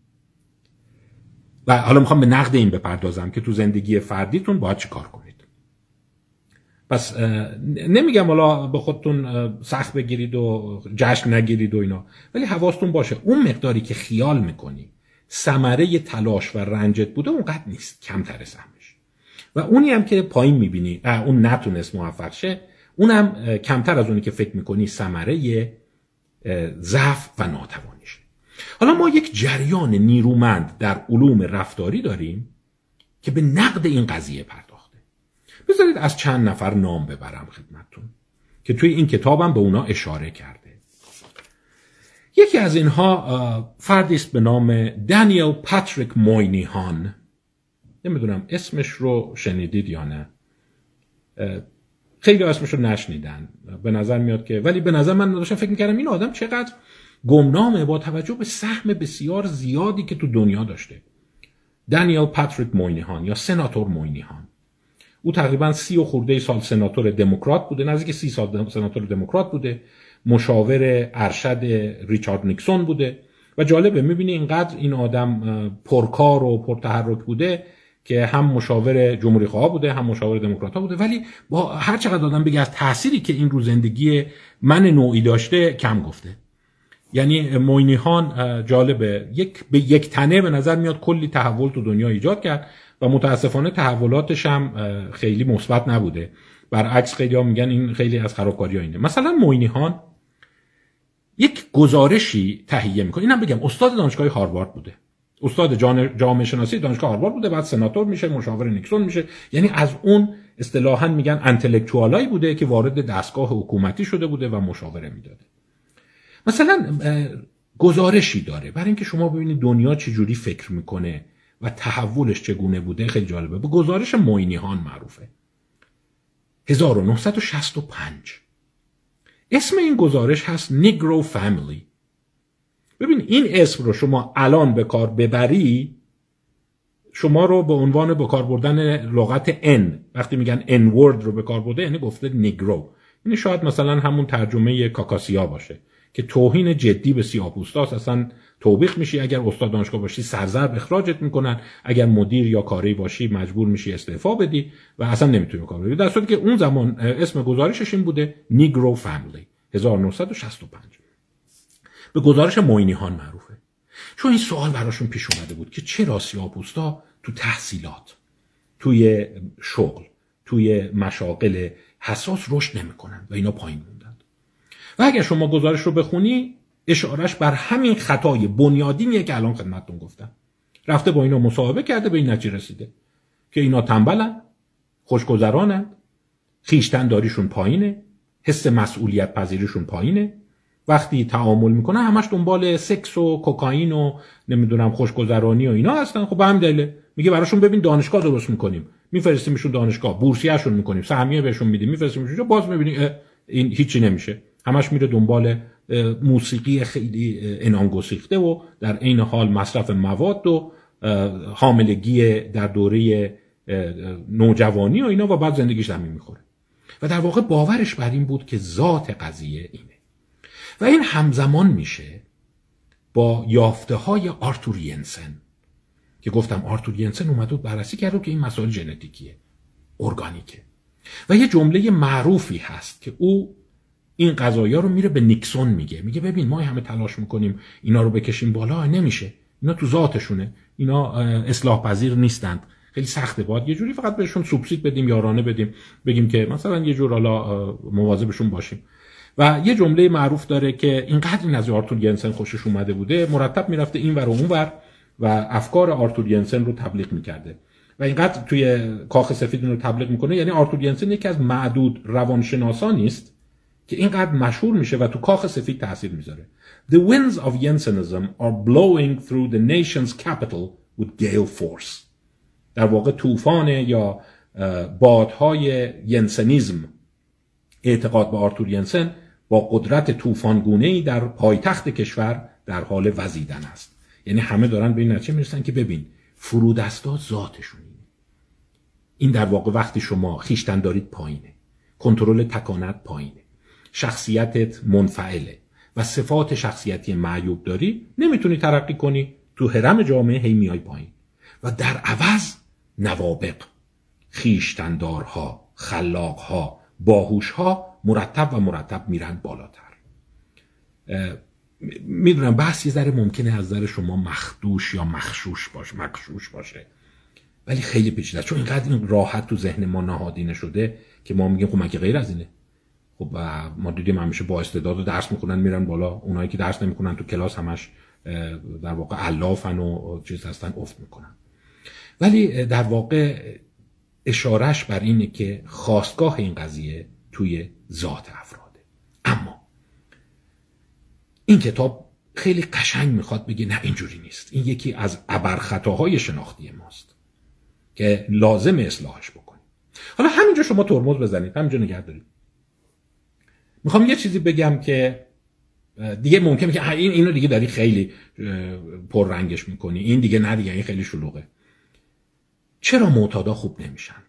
و حالا میخوام به نقد این بپردازم که تو زندگی فردیتون باید چی کار کنید. پس نمیگم حالا به خودتون سخت بگیرید و جشن نگیرید و اینا، ولی حواستون باشه اون مقداری که خیال میکنی ثمره تلاش و رنجت بوده اونقدر نیست، کمتر سهمش. و اونی هم که پایین میبینی اون نتونست موفق شه، اونم کمتر از اونی که فکر میکنی ثمره ضعف و ناتوانیشه. حالا ما یک جریان نیرومند در علوم رفتاری داریم که به نقد این قضیه پرداخته. بذارید از چند نفر نام ببرم خدمتتون که توی این کتابم به اونا اشاره کرده. یکی از اینها فردی است به نام دانیل پاتریک موینیهان. نمیدونم اسمش رو شنیدید یا نه. خیلی اسمشو نشنیدن به نظر میاد که، ولی به نظر من داشتم فکر میکردم این آدم چقدر گمنامه با توجه به سهم بسیار زیادی که تو دنیا داشته. دانیل پاتریک موینیهان یا سناتور موینیهان، او تقریبا سی و خورده سال سناتور دموکرات بوده، نزدیک سی سال سناتور دموکرات بوده، مشاور ارشد ریچارد نیکسون بوده و جالبه میبینی اینقدر این آدم پرکار و پرتحرک بوده که هم مشاور جمهوری خواه بوده هم مشاور دموکرات ها بوده، ولی با هر چقدر آدم بگه از تأثیری که این رو زندگی من نوعی داشته کم گفته. یعنی موینیهان جالبه یک به یک تنه به نظر میاد کلی تحول تو دنیا ایجاد کرد و متاسفانه تحولاتش هم خیلی مثبت نبوده، برعکس خیلی ها میگن این خیلی از خرابکاری ها اینه. مثلا موینیهان یک گزارشی تهیه میکنه، اینم بگم استاد دانشگاه هاروارد بوده، استاد جامعه شناسی دانشگاه هاروارد بوده، بعد سناتور میشه، مشاور نیکسون میشه، یعنی از اون اصطلاحاً میگن انتלקچوالایی بوده که وارد دستگاه حکومتی شده بوده و مشاوره میداده. مثلا گزارشی داره برای اینکه شما ببینید دنیا چجوری فکر میکنه و تحولش چگونه بوده، خیلی جالبه. به گزارش موینیهان معروفه، هزار و نهصد و شصت و پنج. اسم این گزارش هست نیگرو فامیلی. ببین این اسم رو شما الان به کار ببری، شما رو به عنوان به کار بردن لغت ان، وقتی میگن ان ورد رو به کار برده یعنی گفته نیگرو. این شاید مثلا همون ترجمه کاکاسیا باشه که توهین جدی به سیاه‌پوستاست، اصلا توبیخ میشی، اگر استاد دانشگاه باشی سرضرب اخراجت میکنن، اگر مدیر یا کاری باشی مجبور میشی استعفا بدی و اصلا نمیتونی کار بری. در صورتی که اون زمان اسم گزارشش این بوده نیگرو فامیلی، هزار و نهصد و شصت و پنج. به گزارش موینیهان معروفه، چون این سوال براشون پیش اومده بود که چرا سیاه‌پوستا تو تحصیلات، توی شغل، توی مشاغل حساس رشد نمیکنن و اینا پایین موندن. و اگر شما گزارش رو بخونی اشارش بر همین خطای بنیادینیه که الان خدمتتون گفتم. رفته با اینا مصاحبه کرده، به این نتیجه رسیده که اینا تنبلن، خوشگذرانن، خویشتن‌داریشون پایینه، حس مسئولیت پذیریشون پایینه، وقتی تعامل میکنه همش دنبال سکس و کوکائین و نمیدونم خوشگذرانی و اینا هستن. خب به همین دلیل میگه براشون ببین دانشگاه درست میکنیم، میفرستیمشون دانشگاه، بورسیه‌شون میکنیم، سهمیه بهشون میدیم، میفرستیمشون اونجا، باز میبینی این هیچی نمیشه، همش میره دنبال موسیقی خیلی عنان گسیخته و در عین حال مصرف مواد و حاملگی در دوره نوجوانی و اینا و بعد زندگیش زمین میخوره. و در واقع باورش بر این بود که ذات قضیه اینه. و این همزمان میشه با یافته های آرتور ینسن که گفتم آرتور ینسن اومد و بررسی کرد که این مسائل ژنتیکیه، ارگانیکه. و یه جمله معروفی هست که او این قضایا رو میره به نیکسون میگه، میگه ببین ما همه تلاش میکنیم اینا رو بکشیم بالا، نمیشه، اینا تو ذاتشونه، اینا اصلاح پذیر نیستند، خیلی سخته، باید یه جوری فقط بهشون سوبسید بدیم، یارانه بدیم، بگیم که مثلا یه جور حالا مواظبشون باشیم. و یه جمله معروف داره که اینقدر این از آرتور ینسن خوشش اومده بوده، مرتب میرفته این ور و اون ور و افکار آرتور ینسن رو تبلیغ میکرده و اینقدر توی کاخ سفید رو تبلیغ میکنه. یعنی آرتور ینسن یکی از معدود روانشناسانی است که اینقدر مشهور میشه و تو کاخ سفید تاثیر میذاره. The winds of Jensenism are blowing through the nation's capital with gale force. در واقع طوفان یا بادهای ینسنیزم، اعتقاد به آرتور ینسن، با قدرت طوفانگونه‌ای در پایتخت کشور در حال وزیدن است. یعنی همه دارن به این نتیجه میرسن که ببین فرودستا ذاتشون اینه. این در واقع وقتی شما خویشتن دارید پایینه، کنترل تکانت پایینه، شخصیتت منفعله و صفات شخصیتی معیوب داری، نمیتونی ترقی کنی، تو هرم جامعه هی میای پایین و در عوض نوابق، خویشتندارها، خلاقها، باهوشها مرتب و مرتب میرن بالاتر. میدونم بحث یه ذره ممکنه از نظر شما مخدوش یا مخشوش باشه، مخشوش باشه، ولی خیلی پیچیده است، چون اینقدر این راحت تو ذهن ما نهادینه شده که ما میگیم خب مگه غیر از اینه؟ خب ما دیدیم همیشه با استعداد و درس میخونن میرن بالا، اونایی که درس نمیخونن تو کلاس همش در واقع علافن و چیز هستن، افت میکنن. ولی در واقع اشارش بر اینه که خاستگاه این قضیه توی ذات افراده. اما این کتاب خیلی قشنگ میخواد بگه نه اینجوری نیست، این یکی از ابرخطاهای شناختی ماست که لازم اصلاحش بکنیم. حالا همینجا شما ترمز بزنید، همینجا نگه دارید. میخوام یه چیزی بگم که دیگه ممکنه که این اینو دیگه داری خیلی پررنگش میکنی، این دیگه نه دیگه این خیلی شلوغه. چرا معتادا خوب نمیشند؟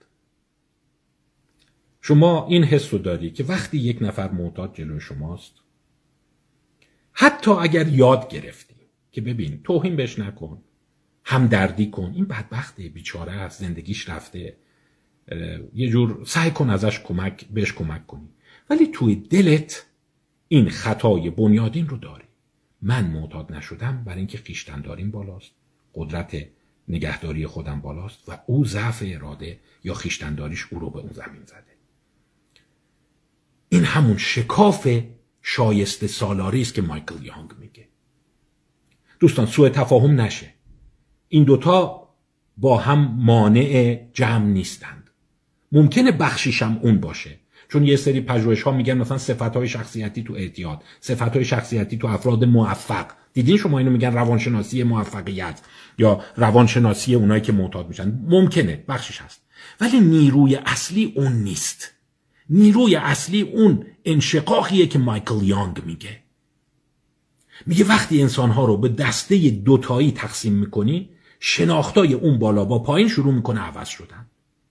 شما این حس رو داری که وقتی یک نفر معتاد جلوی شماست، حتی اگر یاد گرفتی که ببین توهین بهش نکن، همدردی کن، این بدبخته بیچاره است، زندگیش رفته، یه جور سعی کن ازش کمک بهش کمک کنی، ولی توی دلت این خطای بنیادین رو داری. من معتاد نشدم برای اینکه خویشتن‌داریم بالاست، قدرت نگهداری خودم بالاست و او ضعف اراده یا خویشتن‌داریش او رو به اون زمین زده. این همون شکاف شایسته سالاری است که مایکل یانگ میگه. دوستان سوء تفاهم نشه، این دوتا با هم مانع جمع نیستند. ممکنه بخشیشم اون باشه، چون یه سری پژوهش ها میگن مثلا صفت‌های شخصیتی تو اعتیاد، صفت‌های شخصیتی تو افراد موفق، دیدین شما اینو میگن روانشناسی موفقیت یا روانشناسی اونایی که معتاد میشن، ممکنه بخشش هست، ولی نیروی اصلی اون نیست. نیروی اصلی اون انشقاقیه که مایکل یانگ میگه. میگه وقتی انسان‌ها رو به دسته دوتایی تقسیم میکنی، شناختای اون بالا با پایین شروع میکنه عوض شدن.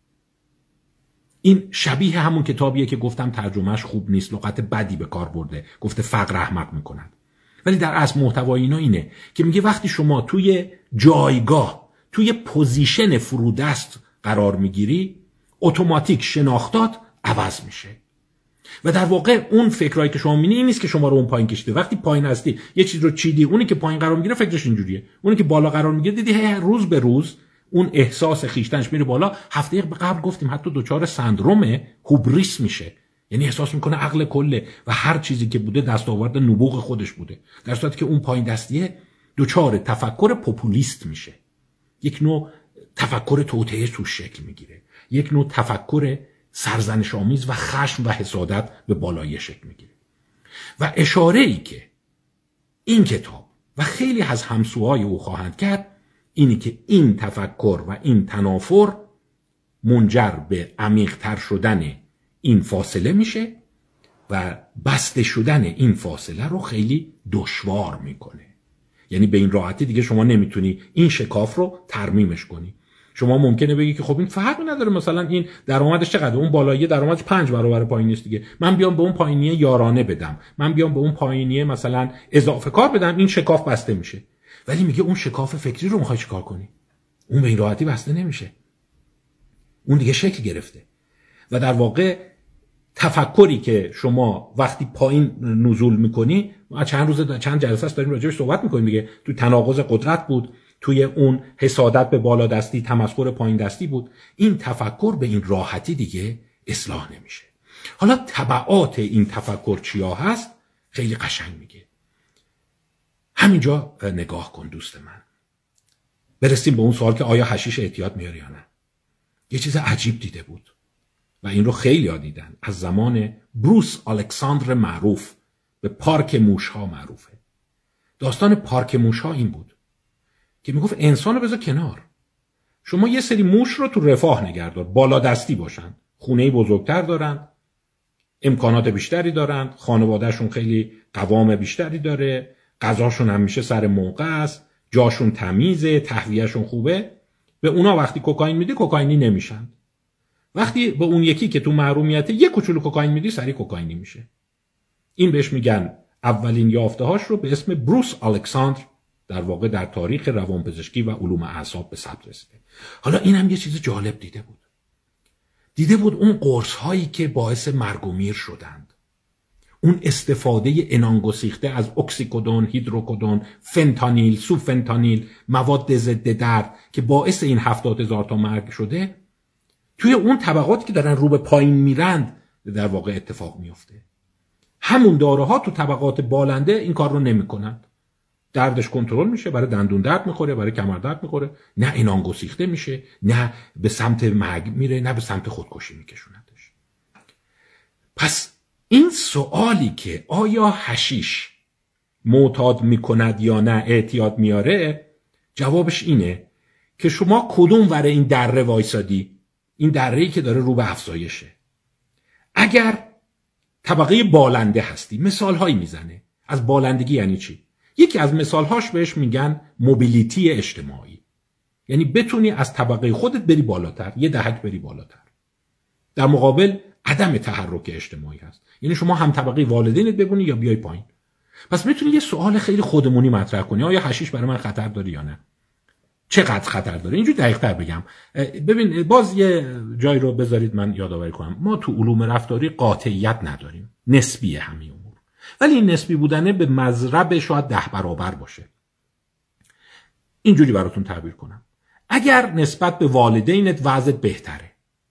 این شبیه همون کتابیه که گفتم ترجمهش خوب نیست، لغت بدی به کار برده، گفته فقر احمق میکند، ولی در اصل محتوای اینا اینه که میگه وقتی شما توی جایگاه، توی پوزیشن فرودست قرار میگیری، اتوماتیک شناختات عوض میشه. و در واقع اون فکرایی که شما می‌بینید این نیست که شما رو اون پایین کشیده. وقتی پایین هستی یه چیز رو چیدی، اونی که پایین قرار میگیره فکرش اینجوریه، اونی که بالا قرار میگیره دیدی هی روز به روز اون احساس خیشتنش میره بالا. هفته قبل گفتیم حتی دچار سندروم هوبریس میشه، یعنی احساس میکنه عقل کله و هر چیزی که بوده دستاورد نبوغ خودش بوده، در صورتی که اون پایین دستیه دچار تفکر پوپولیست میشه، یک نوع تفکر توطئه توش شکل میگیره، یک نوع تفکر سرزنش آمیز و خشم و حسادت به بالای شکل میگیره. و اشاره ای که این کتاب و خیلی از همسوهای او خواهند کرد اینی که این تفکر و این تنافر منجر به عمیق‌تر شدن این فاصله میشه و بسته شدن این فاصله رو خیلی دشوار میکنه. یعنی به این راحتی دیگه شما نمیتونی این شکاف رو ترمیمش کنی. شما ممکنه بگی که خب این فرقی نداره، مثلا این درآمدش چقدر، اون بالایی درآمدش پنج برابر پایینی است دیگه، من بیام به اون پایینیه یارانه بدم، من بیام به اون پایینیه مثلا اضافه کار بدم، این شکاف بسته میشه. ولی میگه اون شکاف فکری رو میخوای چیکار کنی؟ اون به این راحتی بسته نمیشه، اون دیگه شکل گرفته. و در واقع تفکری که شما وقتی پایین نزول میکنی، چند روز چند جلسه است داریم راجعش صحبت میکنیم دیگه، تو تناقض قدرت بود، توی اون حسادت به بالا دستی، تمسخر پایین دستی بود، این تفکر به این راحتی دیگه اصلاح نمیشه. حالا تبعات این تفکر چیا هست خیلی قشنگ میگه. همینجا نگاه کن دوست من، برسیم به اون سوال که آیا حشیش اعتیاد میاره یا نه. یه چیز عجیب دیده بود و این رو خیلی ها دیدن، از زمان بروس الکساندر معروف، به پارک موشها معروفه. داستان پارک موشها این بود که میگفت انسانو بذار کنار، شما یه سری موش رو تو رفاه نگهدار، بالا دستی باشن، خونه بزرگتر دارن، امکانات بیشتری دارن، خانوادهشون خیلی قوام بیشتری داره، غذاشون همیشه سر موقع است، جاشون تمیزه، تهویهشون خوبه. به اونا وقتی کوکائین میدی کوکائینی نمیشن، وقتی به اون یکی که تو محرومیته یه کوچولو کوکائین میدی سری کوکائینی میشه. این بهش میگن اولین یافته‌هاش رو به اسم بروس الکساندر در واقع در تاریخ روانپزشکی و علوم اعصاب به ثبت رسیده. حالا این هم یه چیز جالب دیده بود. دیده بود اون قرص هایی که باعث مرگ و میر شدند، اون استفاده عنانگسیخته از اکسیکودون، هیدروکودون، فنتانیل، سوفنتانیل، مواد ضد درد که باعث این هفتاد هزار تا مرگ شده، توی اون طبقاتی که دارن رو به پایین میرند در واقع اتفاق میفته. همون داروها تو طبقات بالنده این کار رو نمیکنند. دردش کنترل میشه، برای دندون درد میخوره، برای کمر درد میخوره، نه عنان گسیخته میشه، نه به سمت مرگ میره، نه به سمت خودکشی میکشوندش. پس این سوالی که آیا حشیش معتاد میکند یا نه اعتیاد میاره، جوابش اینه که شما کدوم ور این دره وایسادی؟ این دره‌ای که داره رو به افزایشه. اگر طبقه بالنده هستی، مثال‌هایی میزنه از بالندگی. یعنی چی؟ یکی از مثال‌هاش بهش میگن موبیلیتی اجتماعی، یعنی بتونی از طبقه خودت بری بالاتر، یه دهک بری بالاتر. در مقابل عدم تحرک اجتماعی هست، یعنی شما هم طبقه والدینت ببونی یا بیای پایین. پس میتونی یه سوال خیلی خودمونی مطرح کنی، آیا حشیش برای من خطر داره یا نه؟ چقدر خطر داره؟ اینجوری دقیق‌تر بگم. ببین باز یه جای رو بذارید من یادآوری کنم. ما تو علوم رفتاری قاطعیت نداریم، نسبیه همه امور، ولی این نسبی بودنه به مضرب شاید ده برابر باشه. اینجوری براتون تعبیر کنم. اگر نسبت به والدینت وضعت بهتره،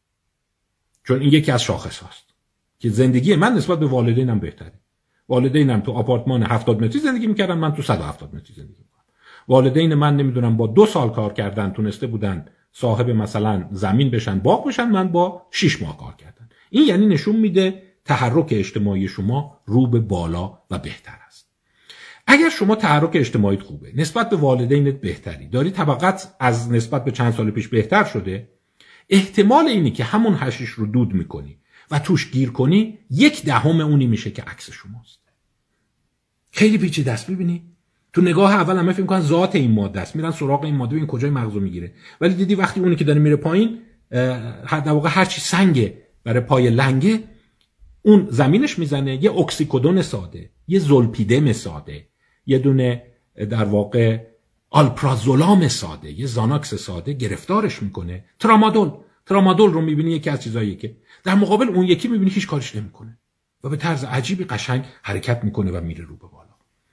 چون این یکی از شاخص هاست که زندگی من نسبت به والدینم بهتره. والدینم تو آپارتمان هفتاد متری زندگی میکردن، من تو صد و هفتاد متری زندگی میکنم. والدین من نمیدونم با دو سال کار کردن تونسته بودن صاحب مثلا زمین بشن، باغ بشن، من با شش ماه کار کردن. این یعنی نشون میده تحرک اجتماعی شما رو به بالا و بهتر است. اگر شما تحرک اجتماعیت خوبه، نسبت به والدینت بهتری، داری طبقت از نسبت به چند سال پیش بهتر شده، احتمال اینی که همون حشیش رو دود میکنی و توش گیر کنی یک دهم اونی میشه که عکس شماست. خیلی پیچیده است. ببینی تو نگاه اول همه فکر می‌کنن ذات این ماده است، میرن سراغ این ماده، این کجای مغزو میگیره، ولی دیدی وقتی اونی که داره میره پایین، در واقع هر چی سنگه برای پای لنگه، اون زمینش میزنه. یه اکسیکودون ساده، یه زولپیدم ساده، یه دونه در واقع آلپرازولام ساده، یه زاناکس ساده گرفتارش میکنه. ترامادول ترامادول رو میبینی یکی از چیزاییه که در مقابل اون یکی میبینی هیچ کارش نمیکنه و به طرز عجیبی قشنگ حرکت میکنه و میره رو به بالا.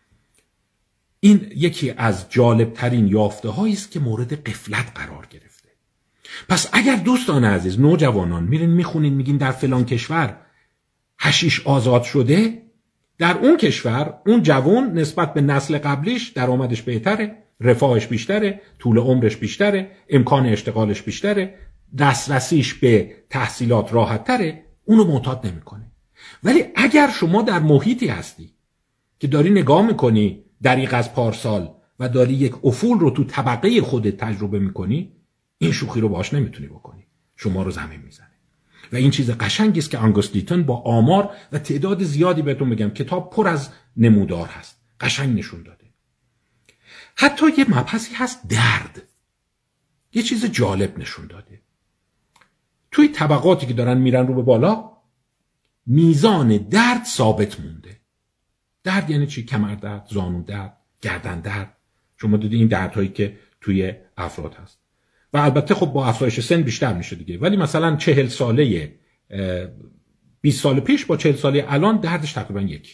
این یکی از جالب ترین یافته هایی است که مورد غفلت قرار گرفته. پس اگر دوستان عزیز، نوجوانان میرین میخونین میگین در فلان کشور حشیش آزاد شده، در اون کشور اون جوان نسبت به نسل قبلیش درآمدش بهتره، رفاهش بیشتره، طول عمرش بیشتره، امکان اشتغالش بیشتره، دسترسیش به تحصیلات راحت تره، اونو معتاد نمیکنه. ولی اگر شما در محیطی هستی که داری نگاه میکنی دریغ از پارسال و داری یک افول رو تو طبقه خودت تجربه میکنی، این شوخی رو باهاش نمیتونی بکنی، شما رو زمین میزنه. و این چیز قشنگی است که آنگوستیتون با آمار و تعداد زیادی بهتون بگم، کتاب پر از نمودار هست، قشنگ نشون داده. حتی یه مبحثی هست درد، یه چیز جالب نشون داده. توی طبقاتی که دارن میرن رو به بالا، میزان درد ثابت مونده. درد یعنی چی؟ کمر درد، زانو درد، گردن درد. شما دیدی این دردهایی که توی افراد هست و البته خب با افزایش سن بیشتر میشه دیگه، ولی مثلا چهل ساله بیست سال پیش با چهل ساله الان دردش تقریبا یکی.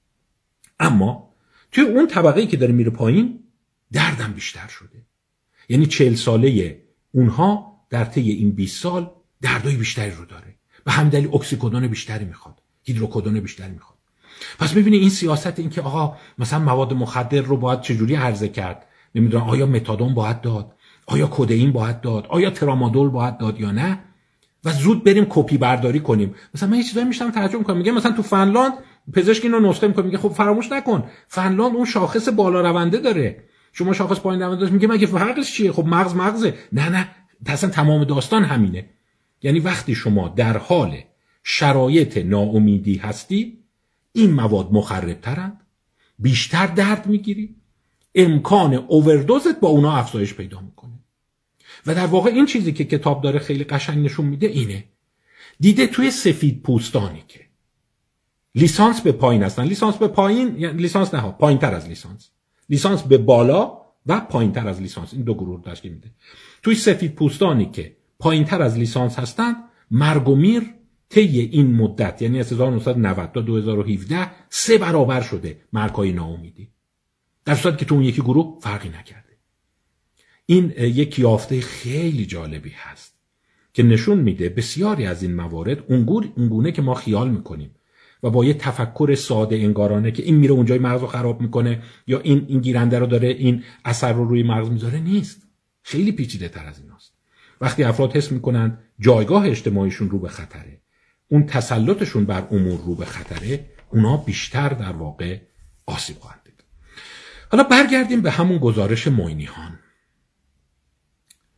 اما توی اون طبقه‌ای که داره میره پایین دردم بیشتر شده. یعنی چهل ساله اونها در طی این بیست سال دردای بیشتری رو داره، به همین دلیل اکسیکودون بیشتری میخواد، هیدروکودون بیشتری میخواد. پس میبینی این سیاست، این که آقا مثلا مواد مخدر رو باید چجوری عرضه کرد، نمیدونم آیا متادون باید داد، آیا کدئین باید داد، آیا ترامادول باید داد یا نه، و زود بریم کپی برداری کنیم. مثلا من یه چیزایی میشتم ترجمه میکنم، میگه مثلا تو فنلاند پزشک اینو نسخه میکنه، میگه خب فراموش نکن فنلاند اون شاخص بالا رونده داره، شما شاخص پایین رونده داشت. میگه مگه فرقش چیه؟ خب مغز مغزه. نه نه، اصلا تمام داستان همینه. یعنی وقتی شما در حال شرایط ناامیدی هستی، این مواد مخرب‌ترند، بیشتر درد میگیری، امکان اووردوزت با اونا افزایش پیدا میکنه. و در واقع این چیزی که کتاب داره خیلی قشنگ نشون میده اینه. دیده توی سفید پوستانی که لیسانس به پایین هستن، لیسانس به پایین یعنی لیسانس نه ها، پایین تر از لیسانس، لیسانس به بالا و پایین تر از لیسانس، این دو گروه رو تشکیل میده. توی سفید پوستانی که پایین تر از لیسانس هستن، مرگ و میر طی این مدت یعنی از هزار و نهصد و نود تا دو هزار و هفده سه برابر شده مرگ‌های ناامیدی، در صورتی که تو اون یکی گروه فرقی نکرده. این یک یافته خیلی جالبی هست که نشون میده بسیاری از این موارد اونگونه که ما خیال میکنیم و با یه تفکر ساده انگارانه که این میره اونجای مغز رو خراب میکنه یا این این گیرنده رو داره این اثر رو روی مغز میذاره، نیست. خیلی پیچیده تر از ایناست. وقتی افراد حس میکنن جایگاه اجتماعیشون رو به خطره، اون تسلطشون بر امور رو به خطره، اونا بیشتر در واقع آسیب خواهند دید. حالا برگردیم به همون گزارش موینیهان.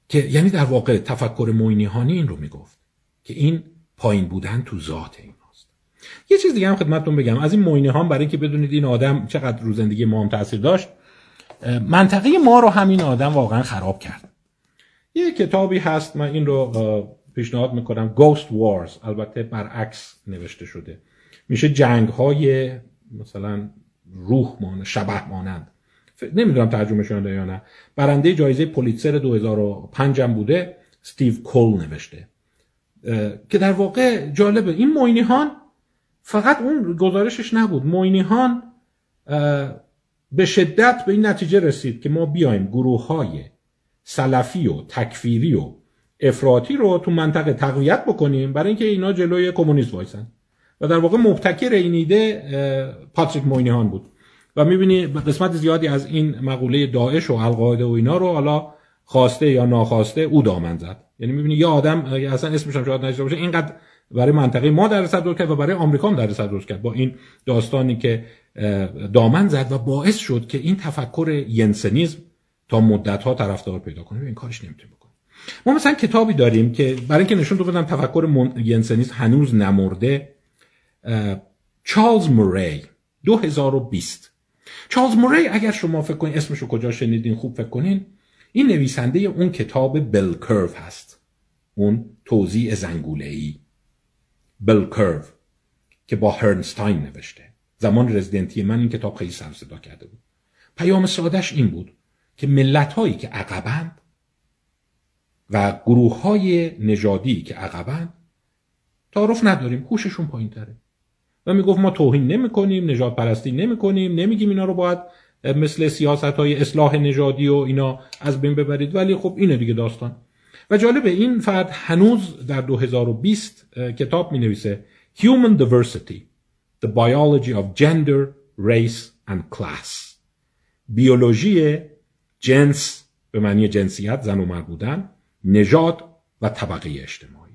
که یعنی در واقع تفکر موینیهانی این رو میگفت که این پایین بودن تو ذات ایناست. یه چیز دیگه هم خدمتتون بگم از این موینیهان، برای اینکه بدونید این آدم چقدر رو زندگی ما هم تاثیر داشت. منطقه ما رو همین آدم واقعا خراب کرد. یه کتابی هست، من این رو پیشنهاد میکنم، Ghost Wars، البته برعکس نوشته شده، میشه جنگ های مثلا روح مانند، شبح مانند، نمیدونم ترجمه شده یا نه. برنده جایزه پولیتزر دو هزار و پنج هم بوده، استیو کول نوشته، که در واقع جالبه. این موینیهان فقط اون گزارشش نبود، موینیهان به شدت به این نتیجه رسید که ما بیایم گروه های سلفی و تکفیری و افراطی رو تو منطقه تقویت بکنیم برای اینکه اینا جلوی کمونیسم وایسن. و در واقع مبتکر این ایده پاتریک موینیهان بود. و میبینی قسمت زیادی از این مقوله داعش و القاعده و اینا رو حالا خواسته یا ناخواسته او دامن زد. یعنی میبینی یه آدم اصلا اسمش هم شاید نشده باشه اینقدر برای منطقه ما در صدر کرد و برای آمریکا هم در صدر کرد با این داستانی که دامن زد و باعث شد که این تفکر ینسنیزم تا مدت‌ها طرفدار پیدا کنه. این کارش نمیتونه بکنه. ما مثلا کتابی داریم که برای اینکه نشون تو بدم تفکر ینسنیزم هنوز نمرده، چارلز موری دو هزار و بیست. چارلز موری اگر شما فکر کنین اسمشو کجا شنیدین خوب فکر کنین، این نویسنده اون کتاب بل کرو هست، اون توزیع زنگوله‌ای بل کرو که با هرنستاین نوشته. زمان رزیدنتی من این کتاب خیلی سر صدا کرده بود. پیام سادهش این بود که ملت‌هایی که عقبند و گروه‌های نژادی که عقبند تعارف نداریم، هوششون پایین‌تره. و میگفت ما توهین نمی‌کنیم، نژاد پرستی نمی‌کنیم، نمیگیم اینا رو باید مثل سیاست‌های اصلاح نژادی و اینا از بین ببرید، ولی خب اینه دیگه داستان. و جالبه این فرد هنوز در دو هزار و بیست کتاب می‌نویسه Human Diversity: The Biology of Gender, Race and Class. بیولوژی جنس به معنی جنسیت، زن و مرد بودن، نژاد و طبقه اجتماعی.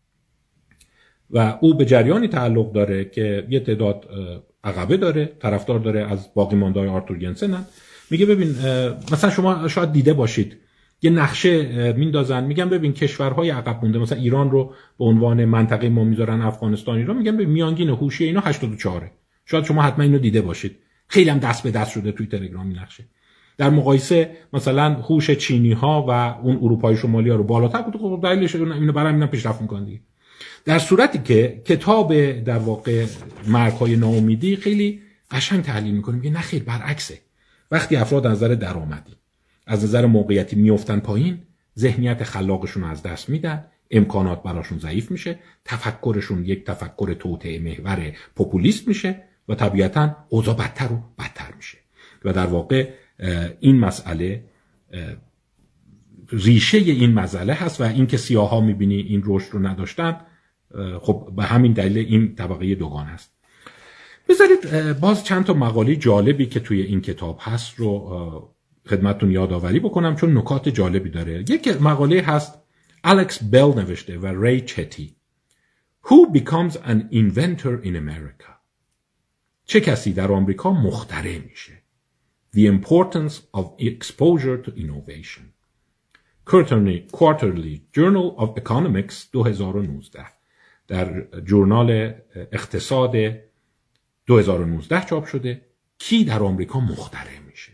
و او به جریانی تعلق داره که یه تعداد عقبه داره، طرفدار داره از باقی مانده‌های آرتور ینسن. میگه ببین مثلا شما شاید دیده باشید یه نقشه میندازن، میگن ببین کشورهای عقب مونده، مثلا ایران رو به عنوان منطقه ما میذارن، افغانستان، ایران، میگن ببین میانگین هوشی اینا هشتاد و چهار. شاید شما حتما اینو دیده باشید، خیلی هم دست به دست شده توی تلگرام این نقشه. در مقایسه مثلا هوش چینی ها و اون اروپای شمالی ها رو بالاتر بود. خب دلیلش اینو برام اینا پیشرفت میکنن دیگه. در صورتی که کتاب در واقع مرگ‌های ناامیدی خیلی قشنگ تحلیل میکنه، میگه نه خیر، برعکسه. وقتی افراد از نظر درآمدی، از نظر موقعیتی میافتن پایین، ذهنیت خلاقشون از دست میدن، امکانات براشون ضعیف میشه، تفکرشون یک تفکر توطئه محور پوپولیست میشه و طبیعتاً اوضاع بدتر و بدتر میشه. و در واقع این مسئله ریشه این مسئله هست و این که سیاها میبینی این رشد رو نداشتن، خب به همین دلیل این طبقه دوگان هست. بذارید باز چند تا مقاله جالبی که توی این کتاب هست رو خدمتتون یادآوری بکنم چون نکات جالبی داره. یک مقاله هست الکس بل نوشته و ری چتی، Who becomes an inventor in America؟ چه کسی در آمریکا مخترع میشه؟ The importance of exposure to innovation. Quarterly, Quarterly Journal of Economics دو هزار و نوزده در جورنال اقتصاد دو هزار و نوزده چاپ شده. کی در آمریکا مخترع میشه؟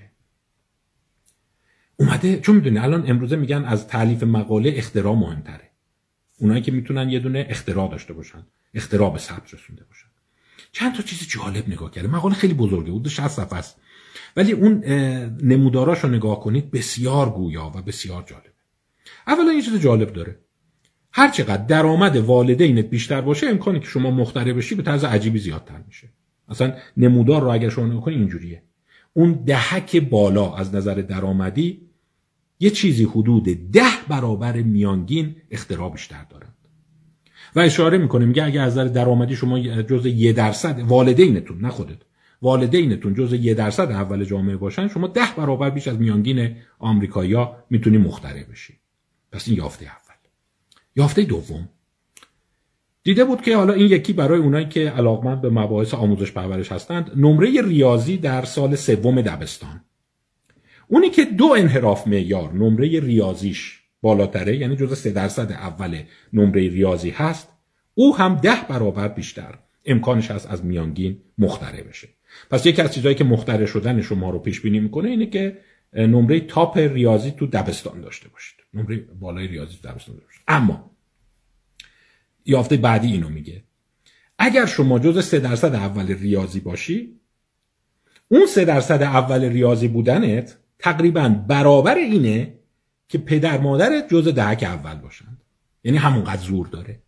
اومده، چون میدونی الان امروزه میگن از تالیف مقاله اختراع مهمتره. اونایی که میتونن یه دونه اختراع داشته باشن، اختراع به ثبت رسونده باشن. چند تا چیز جالب نگاه کرده. مقاله خیلی بزرگه، حدود شصت صفحه است. ولی اون نموداراشو نگاه کنید بسیار گویا و بسیار جالبه. اولا یه چیز جالب داره. هر چقدر درآمد والدینت بیشتر باشه، امکانی که شما مخترع بشی به طرز عجیبی زیادتر میشه. اصلا نمودار رو اگر شما نگاه کنید اینجوریه. اون دهک بالا از نظر درآمدی یه چیزی حدود ده برابر میانگین اختراع بیشتر دارند. و اشاره میکنه میگه اگر از نظر درآمدی شما جزء یک درصد، والدینتون نه خودت، والدینتون جزء یک درصد اول جامعه باشن، شما ده برابر بیش از میانگین آمریکایی‌ها میتونی مخترع بشی. پس این یافته اول. یافته دوم دیده بود که حالا این یکی برای اونایی که علاقمند به مباحث آموزش پرورش هستند، نمره ریاضی در سال سوم دبستان، اونی که دو انحراف معیار نمره ریاضیش بالاتره، یعنی جزء سه درصد اول نمره ریاضی هست، او هم ده برابر بیشتر امکانش هست از میانگین مخترع بشه. پس یکی از چیزایی که مخترع شدن شما رو پیش بینی میکنه اینه که نمره تاپ ریاضی تو دبستان داشته باشید، نمره بالای ریاضی تو دبستان داشته باشید. اما یافته بعدی اینو میگه اگر شما جزء سه درصد اول ریاضی باشی، اون سه درصد اول ریاضی بودنت تقریبا برابر اینه که پدر مادرت جزء دهک اول باشند. یعنی همونقدر زور داره.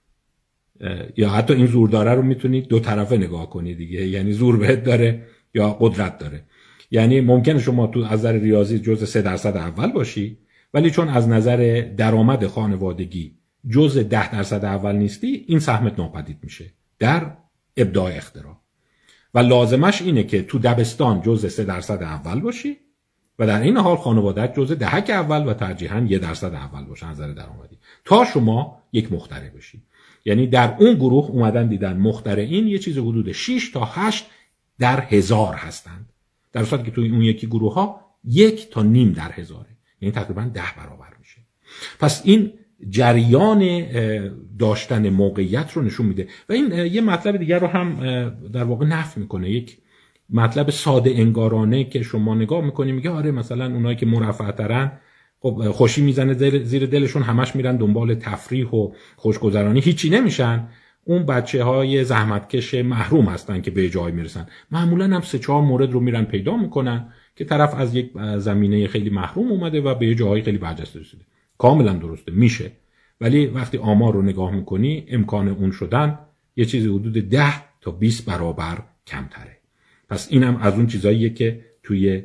یا حتی این زور داره رو میتونید دو طرفه نگاه کنید دیگه، یعنی زور بهت داره یا قدرت داره. یعنی ممکنه شما تو از نظر ریاضی جزء سه درصد اول باشی، ولی چون از نظر درآمد خانوادگی جزء ده درصد اول نیستی، این سهمت ناپدید میشه در ابداع اختراع. و لازمش اینه که تو دبستان جزء سه درصد اول باشی و در این حال خانواده‌ات جزء دهک اول و ترجیحاً یک درصد اول باشه از نظر درآمدی، تا شما یک مخترع بشی. یعنی در اون گروه اومدن دیدن مخترعین یه چیز حدود شش تا هشت در هزار هستند، در صورتی که توی اون یکی گروه ها یک تا نیم در هزاره، یعنی تقریبا ده برابر میشه. پس این جریان داشتن موقعیت رو نشون میده. و این یه مطلب دیگر رو هم در واقع نفی میکنه، یک مطلب ساده انگارانه که شما نگاه میکنی میگه آره مثلا اونایی که مرفه ترن خب خوشی میزنه زیر دلشون، همش میرن دنبال تفریح و خوشگذرانی، هیچی نمیشن. اون بچه های زحمتکش محروم هستن که به جای میرسن. معمولا هم سه چهار مورد رو میرن پیدا میکنن که طرف از یک زمینه خیلی محروم اومده و به جاهای خیلی برجسته رسیده. کاملا درسته، میشه. ولی وقتی آمار رو نگاه میکنی امکان اون شدن یه چیزی حدود ده تا بیست برابر کمتره. پس اینم از اون چیزاییه که توی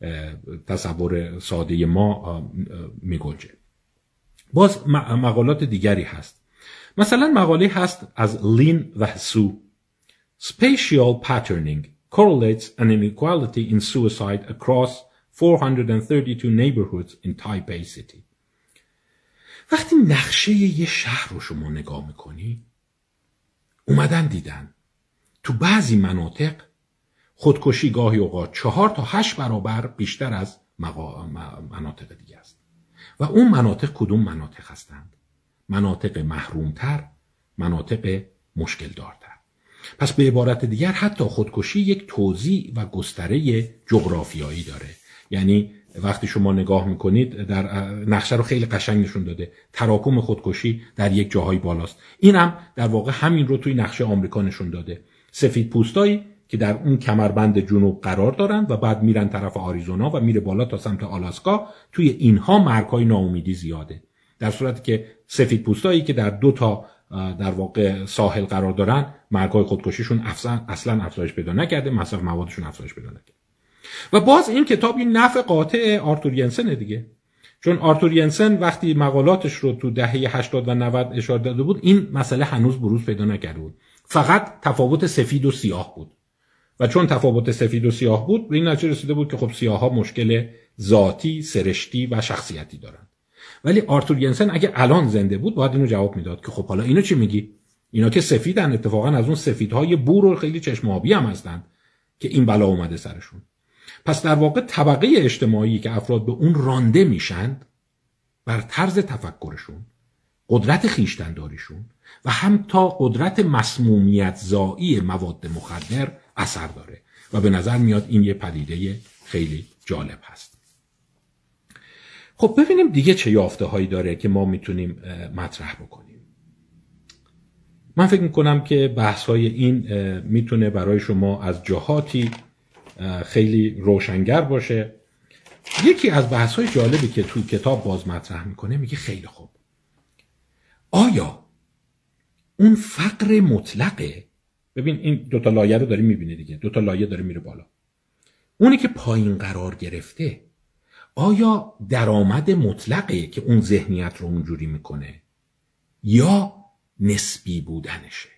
تصور ساده ما میگنجه. باز مقالات دیگری هست. مثلا مقاله هست از لین و سو. Spatial patterning correlates an inequality in suicide across four hundred thirty-two neighborhoods in Taipei City. وقتی نقشه یه شهر رو شما نگاه میکنی، اومدن دیدن تو بعضی مناطق خودکشی گاهی اوقات چهار تا هشت برابر بیشتر از مناطق دیگه است. و اون مناطق کدوم مناطق هستند؟ مناطق محرومتر، مناطق مشکل دارتر. پس به عبارت دیگر حتی خودکشی یک توزیع و گستره جغرافیایی داره. یعنی وقتی شما نگاه میکنید در نقشه رو خیلی قشنگ نشون داده، تراکم خودکشی در یک جاهای بالاست. اینم در واقع همین رو توی نقشه آمریکا نشون داده. سفید پوستایی که در اون کمربند جنوب قرار دارن و بعد میرن طرف آریزونا و میره بالا تا سمت آلاسکا، توی اینها مرگ‌های ناامیدی زیاده. در صورتی که سفید پوستایی که در دو تا در واقع ساحل قرار دارن، مرگ‌های خودکشیشون اصلا اصلا افزایش پیدا نکرده، مصرف موادشون افزایش پیدا نکرده. و باز این کتاب این نفع قاطع آرتور ینسن دیگه. چون آرتور ینسن وقتی مقالاتش رو تو دهه هشتاد و نود اشاره داده بود، این مسئله هنوز بروز پیدا نکرده بود. فقط تفاوت سفید و سیاه بود. و چون تفاوت سفید و سیاه بود، به این نتیجه رسیده بود که خب سیاها مشکل ذاتی، سرشتی و شخصیتی دارن. ولی آرتور ینسن اگه الان زنده بود باید اینو جواب میداد که خب حالا اینو چی میگی؟ اینا که سفیدن، اتفاقا از اون سفیدهای بور و خیلی چشم آبی هم هستن که این بلا اومده سرشون. پس در واقع طبقه اجتماعی که افراد به اون رانده میشن، بر طرز تفکرشون، قدرت خیشتنداریشون و هم تا قدرت مسمومیت زایی مواد مخدر اثر داره و به نظر میاد این یه پدیده خیلی جالب هست. خب ببینیم دیگه چه یافته هایی داره که ما میتونیم مطرح بکنیم. من فکر میکنم که بحث های این میتونه برای شما از جهاتی خیلی روشنگر باشه. یکی از بحث های جالبی که توی کتاب باز مطرح میکنه میگه خیلی خوب، آیا اون فقر مطلقه؟ ببین این دوتا لایه رو داری میبینی دیگه، دوتا لایه داره میره بالا. اونی که پایین قرار گرفته آیا درآمد مطلقه که اون ذهنیت رو اونجوری میکنه یا نسبی بودنشه؟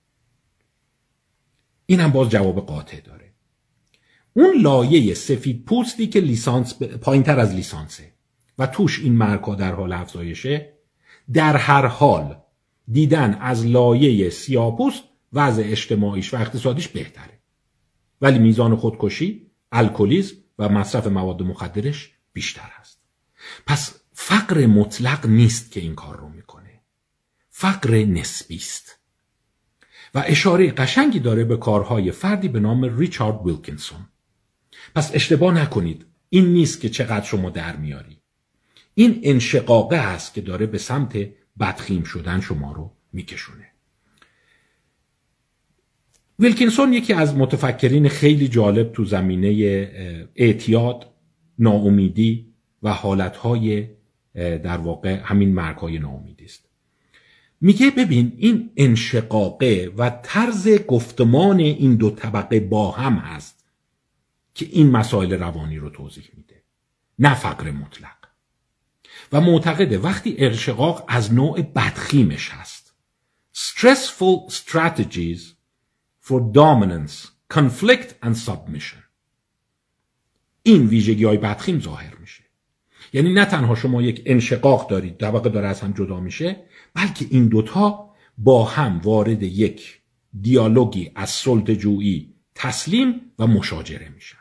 این هم باز جواب قاطع داره. اون لایه سفید پوستی که لیسانس ب... پایین تر از لیسانسه و توش این مرکا در حال افزایشه، در هر حال دیدن از لایه سیاه‌پوست وضع اجتماعیش و اقتصادیش بهتره، ولی میزان خودکشی، الکلیسم و مصرف مواد مخدرش بیشتر هست. پس فقر مطلق نیست که این کار رو میکنه، فقر نسبی است. و اشاره قشنگی داره به کارهای فردی به نام ریچارد ویلکینسون. پس اشتباه نکنید، این نیست که چقدر شما در میاری، این انشقاقه هست که داره به سمت بدخیم شدن شما رو میکشونه. ویلکینسون یکی از متفکرین خیلی جالب تو زمینه اعتیاد، ناامیدی و حالتهای در واقع همین مرگ‌های ناامیدی است. میگه ببین این انشقاقه و طرز گفتمان این دو طبقه با هم هست که این مسائل روانی رو توضیح میده، نه فقر مطلق. و معتقده وقتی انشقاق از نوع بدخیمش هست، stressful strategies for dominance, conflict and submission، این ویژگی های بدخیم ظاهر میشه. یعنی نه تنها شما یک انشقاق دارید، طبقه داره از هم جدا میشه، بلکه این دوتا با هم وارد یک دیالوگی از سلطه‌جویی، تسلیم و مشاجره میشن.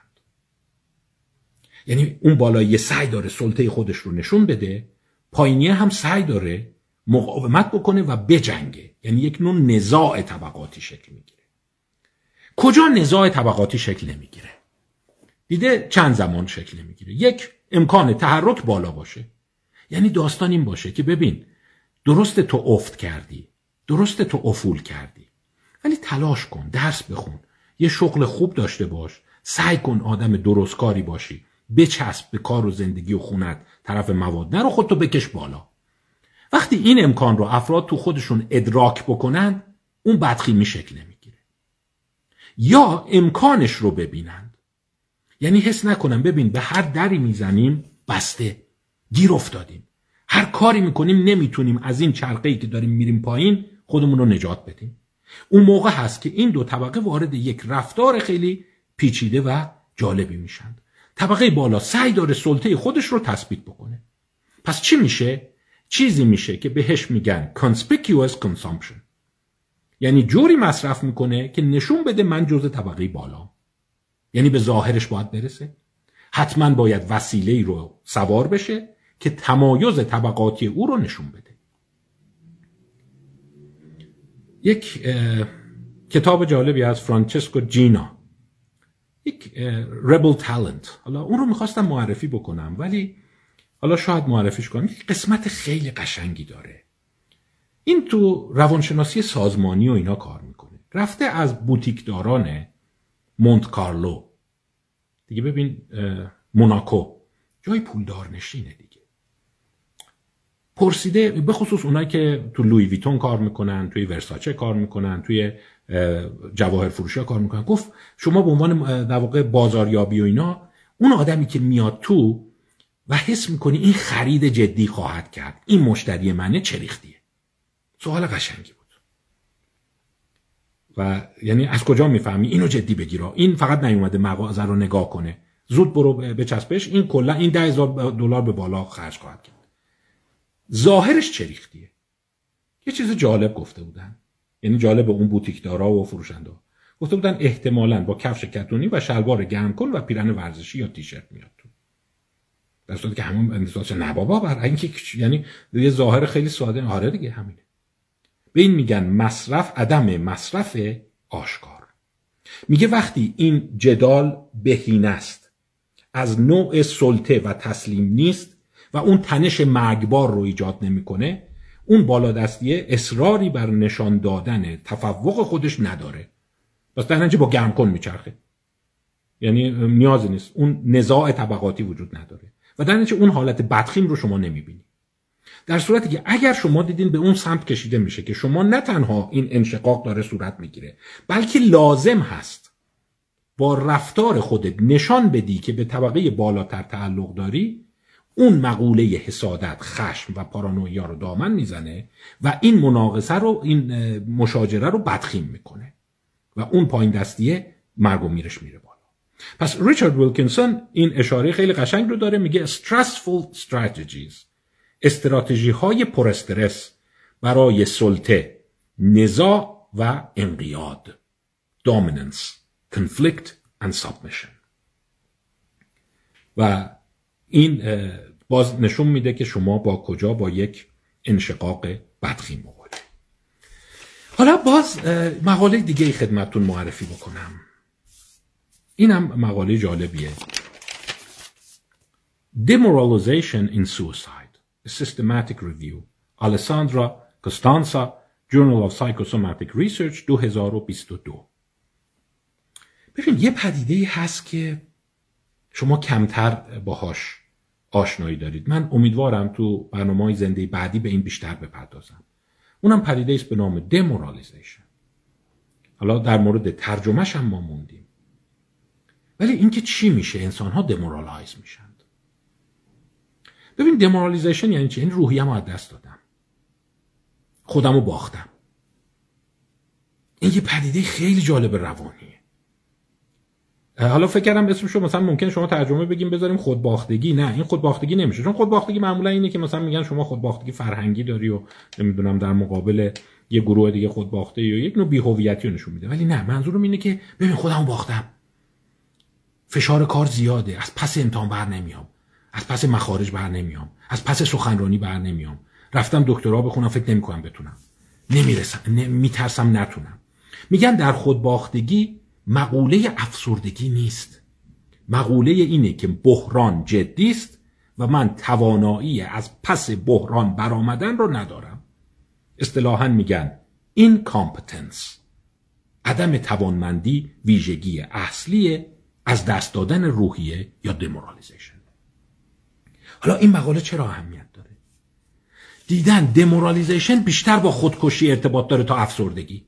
یعنی اون بالایی سعی داره سلطه خودش رو نشون بده، پایینیه هم سعی داره مقاومت بکنه و بجنگه. یعنی یک نوع نزاع طبقاتی شکل میگیره. کجا نزاع طبقاتی شکل نمیگیره؟ دیده چند زمان شکل نمیگیره. یک، امکان تحرک بالا باشه. یعنی داستان این باشه که ببین درست تو افت کردی، درست تو افول کردی، ولی تلاش کن، درس بخون، یه شغل خوب داشته باش، سعی کن آدم درستکاری باشی، بچسب به کار و زندگی و خونت، طرف مواد نرو، خودتو بکش بالا. وقتی این امکان رو افراد تو خودشون ادراک بکنن، اون بدخیمی شکل نمیگیره. یا امکانش رو ببینند، یعنی حس نکنن ببین به هر دری میزنیم بسته، گیر افتادیم، هر کاری میکنیم نمیتونیم از این چرخه‌ای که داریم میریم پایین خودمون رو نجات بدیم. اون موقع هست که این دو طبقه وارد یک رفتار خیلی پیچیده و جالبی میشن. طبقه بالا سعی داره سلطه خودش رو تثبیت بکنه. پس چی میشه؟ چیزی میشه که بهش میگن conspicuous consumption. یعنی جوری مصرف میکنه که نشون بده من جزء طبقه بالا. یعنی به ظاهرش باید برسه. حتما باید وسیله‌ای رو سوار بشه که تمایز طبقاتی او رو نشون بده. یک کتاب جالبی از فرانچسکو جینا، یک ریبل تالنت، حالا اون رو میخواستم معرفی بکنم ولی حالا شاید معرفیش کنم. یک قسمت خیلی قشنگی داره. این تو روانشناسی سازمانی و اینا کار میکنه. رفته از بوتیکداران مونت کارلو، دیگه ببین موناکو، جای پولدار نشینه دیگه، پرسیده به خصوص اونایی که تو لوی ویتون کار میکنن، توی ورساچه کار میکنن، توی جواهر فروشی ها کار میکنن، گفت شما به عنوان در واقع بازاریابی و اینا، اون آدمی که میاد تو و حس میکنی این خرید جدی خواهد کرد، این مشتری منه، چه ریختیه؟ سوال قشنگی بود. و یعنی از کجا میفهمی اینو جدی بگیره؟ این فقط نیومده مغازه رو نگاه کنه، زود برو بچسبش، این کلا این ده هزار دلار به بالا خرج خواهد کرد. ظاهرش چه ریختیه؟ یه چیز جالب گفته بودن، یعنی جالب اون بوتیکدارا و فروشنده گفته بودن احتمالاً با کفش کتونی و شلوار گرم کن و پیرن ورزشی یا تیشرت میاد تو. در صورتی که همون اندازه نه بابا، بر اینکه یعنی یه ظاهر خیلی ساده، آره دیگه همینه. به این میگن مصرف، عدم مصرف آشکار. میگه وقتی این جدال بهینه است، از نوع سلطه و تسلیم نیست و اون تنش مرگبار رو ایجاد نمیکنه، اون بالادستیه اصراری بر نشان دادن تفوق خودش نداره، بس در نتیجه با گرم کن میچرخه، یعنی نیازی نیست، اون نزاع طبقاتی وجود نداره و در نتیجه اون حالت بدخیم رو شما نمیبینی. در صورتی که اگر شما دیدین به اون سمت کشیده میشه که شما نه تنها این انشقاق داره صورت میگیره، بلکه لازم هست با رفتار خودت نشان بدی که به طبقه بالاتر تعلق داری، اون مقوله حسادت، خشم و پارانویا رو دامن میزنه و این مناقصه رو، این مشاجره رو بدخیم میکنه و اون پایین دستیه مرگ و میرش میره بالا. پس ریچارد ویلکینسون این اشاره خیلی قشنگ رو داره، میگه stressful strategies، استراتژی های پر استرس برای سلطه، نزاع و انقیاد، dominance, conflict and submission. و این باز نشون میده که شما با کجا با یک انشقاق بدخیم مواجهید. حالا باز مقاله دیگه خدمتتون معرفی بکنم. اینم مقاله جالبیه. Demoralization in Suicide, a Systematic Review. Alessandra Costanza, Journal of Psychosomatic Research دو هزار و بیست و دو. ببین یه پدیده‌ای هست که شما کمتر باهاش آشنایی دارید. من امیدوارم تو برنامه‌های زنده بعدی به این بیشتر بپردازم. اونم پدیده‌ای است به نام demoralization. حالا در مورد ترجمه‌ش هم ما موندیم. ولی اینکه چی میشه انسان‌ها دمورالایز میشند. ببین demoralization یعنی چی؟ این روحیه‌مو از دست دادم. خودمو باختم. این یه پدیده خیلی جالب روانیه. حالا فکر کردم اسمشو مثلا ممکن شما ترجمه بگیم بذاریم خودباختگی. نه، این خودباختگی نمیشه. چون خودباختگی معمولا اینه که مثلا میگن شما خودباختگی فرهنگی داری و نمیدونم در مقابل یه گروه دیگه خودباخته یا یک نوع بی‌هویتی نشون میده. ولی نه، منظورم اینه که ببین خودمو باختم. فشار کار زیاده، از پس امتحان بر نمیام، از پس مخارج بر نمیام، از پس سخنرانی بر نمیام. رفتم دکترا بخونم فکر نمی‌کنم بتونم. نمیرسم، میترسم نتونم. میگن در خودباختگی مقوله افسردگی نیست. مقوله اینه که بحران جدی است و من توانایی از پس بحران برآمدن رو ندارم. اصطلاحاً میگن incompetence. عدم توانمندی ویژگی اصلی از دست دادن روحیه یا demoralization. حالا این مقاله چرا اهمیت داره؟ دیدن demoralization بیشتر با خودکشی ارتباط داره تا افسردگی.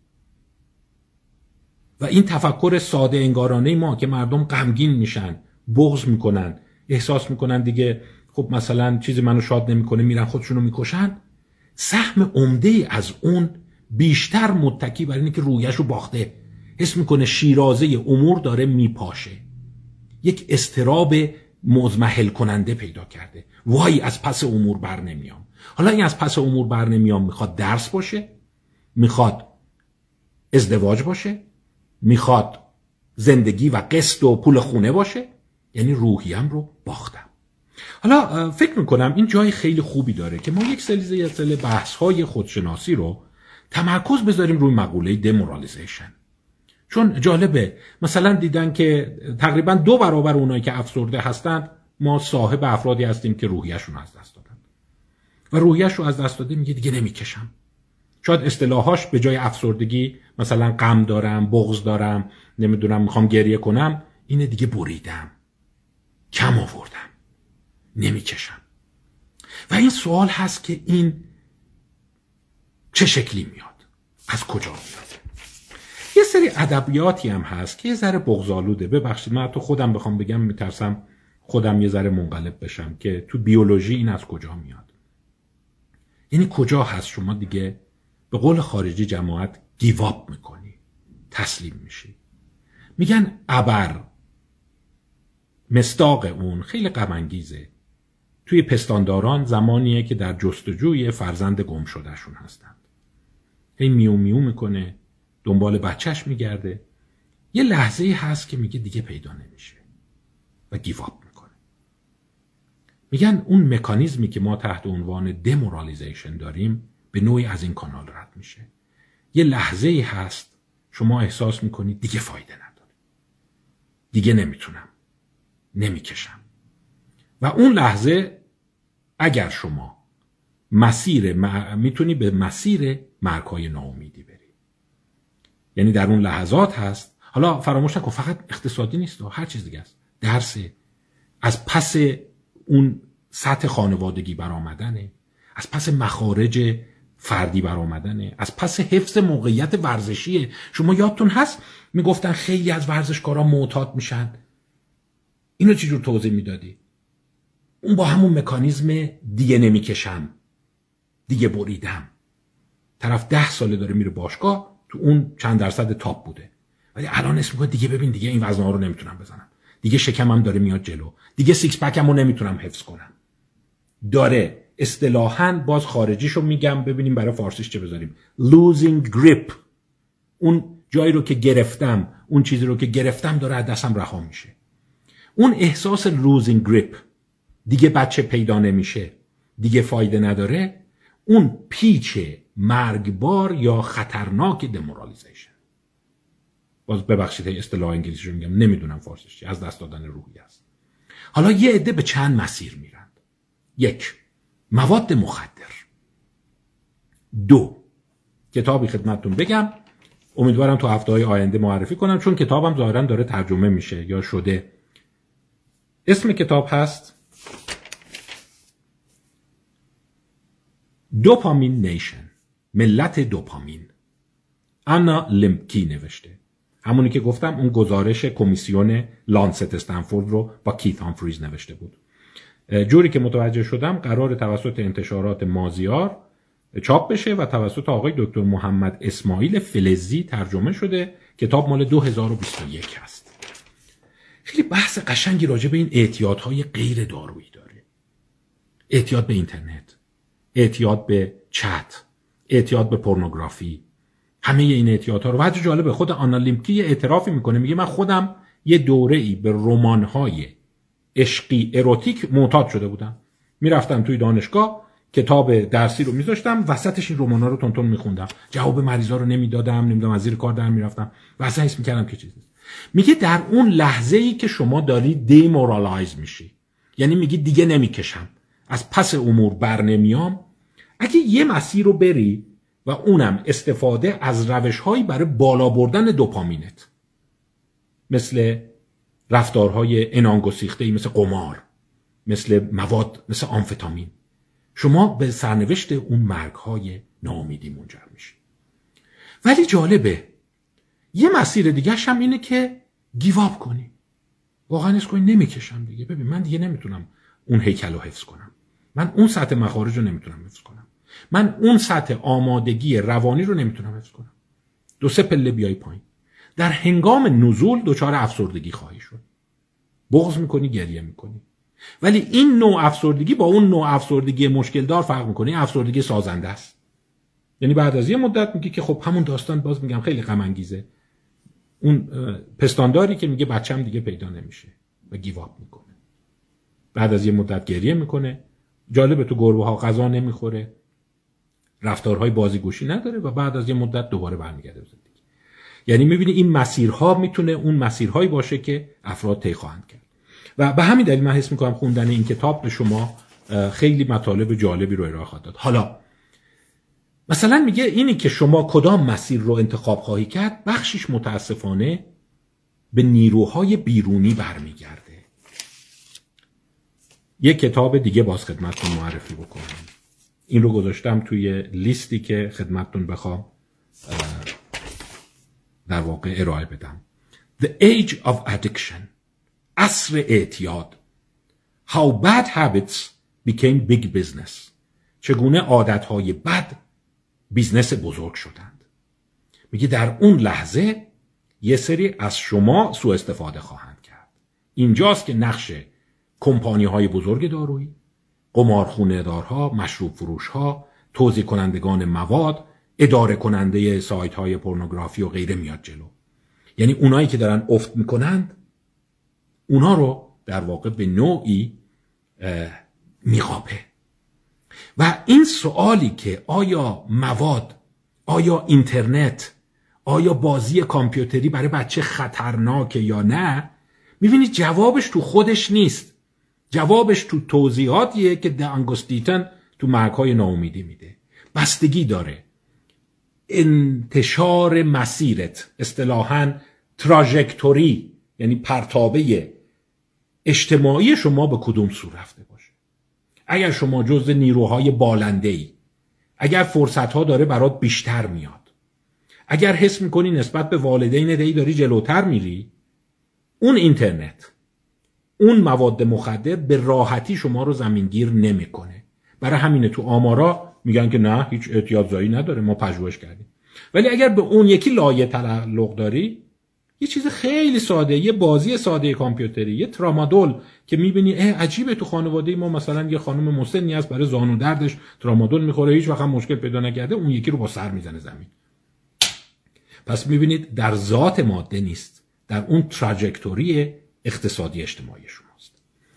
و این تفکر ساده انگارانه ما که مردم غمگین میشن، بغض میکنن، احساس میکنن دیگه خب مثلا چیزی منو شاد نمیکنه میرن خودشونو میکشن، سهم عمده از اون بیشتر متکی بر اینه که رویشو باخته، حس میکنه شیرازه امور داره میپاشه، یک اضطراب مضمحل کننده پیدا کرده. وای از پس امور بر نمیام. حالا این از پس امور بر نمیام میخواد درس باشه، میخواد ازدواج باشه، میخواد زندگی و قسط و پول خونه باشه، یعنی روحیم رو باختم. حالا فکر میکنم این جای خیلی خوبی داره که ما یک سری از بحث های خودشناسی رو تمرکز بذاریم روی مقوله demoralization. چون جالبه مثلا دیدن که تقریبا دو برابر اونایی که افسرده هستند ما صاحب افرادی هستیم که روحیه‌شون از دست دادن و روحیه‌ش رو از دست داده میگه دیگه نمیکشم. شاید اصطلاحاش به جای افسردگی مثلا غم دارم، بغض دارم، نمیدونم میخوام گریه کنم، اینه دیگه بریدم، کم آوردم، نمیکشم. و این سوال هست که این چه شکلی میاد؟ از کجا میاد؟ یه سری ادبیاتی هم هست که یه ذره بغض‌آلوده. ببخشید من تو خودم بخوام بگم میترسم خودم یه ذره منقلب بشم که تو بیولوژی این از کجا میاد. یعنی کجا هست شما دیگه به قول خارجی جماعت گیو آپ میکنی، تسلیم میشی. میگن ابر مصداق اون خیلی غم انگیزه. توی پستانداران زمانیه که در جستجوی فرزند گم شدهشون هستند. هی میو میو میکنه، دنبال بچهش میگرده. یه لحظه‌ای هست که میگه دیگه پیدا نمیشه و گیو آپ میکنه. میگن اون مکانیزمی که ما تحت عنوان demoralization داریم به نوعی از این کانال رد میشه. یه لحظه‌ای هست شما احساس میکنید دیگه فایده نداره، دیگه نمیتونم، نمیکشم. و اون لحظه اگر شما مسیر م... میتونی به مسیر مرگ‌های ناامیدی بری. یعنی در اون لحظات هست، حالا فراموش نکن فقط اقتصادی نیست، هر چیز دیگه است، درس، از پس اون سطح خانوادگی برآمدنه، از پس مخارج فردی برآمدنه، از پس حفظ موقعیت ورزشیه. شما یادتون هست میگفتن خیلی از ورزشکارا معتاد میشن، اینو چجور توضیح میدادی؟ اون با همون مکانیزم دیگه نمیکشم، دیگه بریدم. طرف ده ساله داره میره باشگاه، تو اون چند درصد تاپ بوده، ولی الان اسم میگه دیگه ببین دیگه این وزن‌ها رو نمیتونم بزنم، دیگه شکمم داره میاد جلو، دیگه سیکس پکمو نمیتونم حفظ کنم. داره اصطلاحاً باز خارجیشو میگم ببینیم برای فارسیش چه بذاریم، losing grip. اون جایی رو که گرفتم، اون چیزی رو که گرفتم داره از دستم رها میشه. اون احساس losing grip دیگه بچه پیدا نمیشه، دیگه فایده نداره، اون پیچ مرگبار یا خطرناک دمورالیزیشن. باز ببخشید اصطلاح انگلیسی رو میگم، نمیدونم فارسیش چی، از دست دادن روحی است. حالا یه عده به چند مسیر میرن. یک، مواد مخدر. دو، کتابی خدمتتون بگم، امیدوارم تو هفته‌های آینده معرفی کنم، چون کتابم ظاهراً داره ترجمه میشه یا شده. اسم کتاب هست دوپامین نیشن، ملت دوپامین. آنا لیمپکی نوشته. همونی که گفتم اون گزارش کمیسیون لانست استنفورد رو با کیت هامفریز نوشته بود. جوری که متوجه شدم قرار توسط انتشارات مازیار چاپ بشه و توسط آقای دکتر محمد اسماعیل فلزی ترجمه شده. کتاب مال دو هزار و بیست و یک هست. خیلی بحث قشنگی راجع به این اعتیادهای غیر دارویی داره. اعتیاد به اینترنت، اعتیاد به چت، اعتیاد به پورنوگرافی، همه این اعتیادها رو. وجه جالبه خود آنا لیمپکی اعترافی میکنه، میگه من خودم یه دوره‌ای به رمان‌های عشقی اروتیک معتاد شده بودم. میرفتم توی دانشگاه کتاب درسی رو میذاشتم، وسطش این رمانا رو تونتون میخوندم، جواب مریضا رو نمیدادم، نمیدونم از زیر کار در میرفتم و اصلا حس میکردم که چیزی. میگه در اون لحظه‌ای که شما داری دیمورالایز میشی، یعنی میگی دیگه نمیکشم، از پس امور بر نمیام، اگه یه مسیر رو بری و اونم استفاده از روش‌هایی برای بالا بردن دوپامینت، مثل رفتارهای انانگسیخته‌ای، مثل قمار، مثل مواد مثل آمفتامین، شما به سرنوشت اون مرگ‌های ناامیدی منجر میشی. ولی جالبه یه مسیر دیگه‌ش هم اینه که گیواب کنی، واقعا اس کنی نمیکشم دیگه، ببین من دیگه نمیتونم اون هیکل رو حفظ کنم، من اون سطح مخارج رو نمیتونم حفظ کنم، من اون سطح آمادگی روانی رو نمیتونم حفظ کنم، دو سه پله بیای پایین، در هنگام نزول دچار افسردگی خواهی شد، بغض میکنی، گریه میکنی. ولی این نوع افسردگی با اون نوع افسردگی مشکل دار فرق میکنه. این افسردگی سازنده است، یعنی بعد از یه مدت میگی که خب همون داستان، باز میگم خیلی غم انگیزه، اون پستانداری که میگه بچه‌م دیگه پیدا نمیشه و گیواب میکنه، بعد از یه مدت گریه میکنه، جالبه تو گربه ها غذا نمیخوره، رفتارهای بازیگوشی نداره و بعد از یه مدت دوباره برمیگرده به زندگی. یعنی میبینی این مسیرها میتونه اون مسیرهایی باشه که افراد طی خواهند کرد و به همین دلیل من حس میکنم خوندن این کتاب به شما خیلی مطالب جالبی رو ارائه خواهد داد. حالا مثلا میگه اینی که شما کدام مسیر رو انتخاب خواهی کرد بخشش متاسفانه به نیروهای بیرونی برمیگرده. یک کتاب دیگه باز خدمتتون معرفی بکنم، این رو گذاشتم توی لیستی که خدمتتون بخوام در واقع ارائه بدم. The Age of Addiction، عصر اعتیاد. How bad habits became big business، چگونه عادتهای بد بیزنس بزرگ شدند. میگه در اون لحظه یه سری از شما سوء استفاده خواهند کرد. اینجاست که نقش کمپانی های بزرگ دارویی، قمارخونه دارها، مشروب فروش ها، توزیع کنندگان مواد، اداره کننده سایت های پورنوگرافی و غیره میاد جلو. یعنی اونایی که دارن افت میکنند اونا رو در واقع به نوعی میخوابه. و این سوالی که آیا مواد، آیا اینترنت، آیا بازی کامپیوتری برای بچه خطرناکه یا نه، میبینی جوابش تو خودش نیست، جوابش تو توضیحاتیه که دانگوستیتن تو مرگ‌های ناامیدی میده. بستگی داره انتشار مسیرت، اصطلاحاً تراژکتوری، یعنی پرتابه اجتماعی شما به کدوم سو رفته باشه. اگر شما جزء نیروهای بالنده‌ای، اگر فرصت‌ها داره برات بیشتر میاد، اگر حس میکنی نسبت به والدین دی داری جلوتر میری، اون اینترنت، اون مواد مخدر به راحتی شما رو زمینگیر نمیکنه. برای همینه تو آمارا میگن که نه هیچ اعتیادزایی نداره، ما پژوهش کردیم. ولی اگر به اون یکی لایه تعلق داری، یه چیز خیلی ساده، یه بازی ساده کامپیوتری، یه ترامادول که میبینی اه عجیبه تو خانواده ما مثلا یه خانم مسنی هست برای زانو دردش ترامادول میخوره، هیچ وقت مشکل پیدا نکرده، اون یکی رو با سر میزنه زمین. پس میبینید در ذات ماده نیست، در اون تراژکتوری اقتصادی اجتماعی شماست.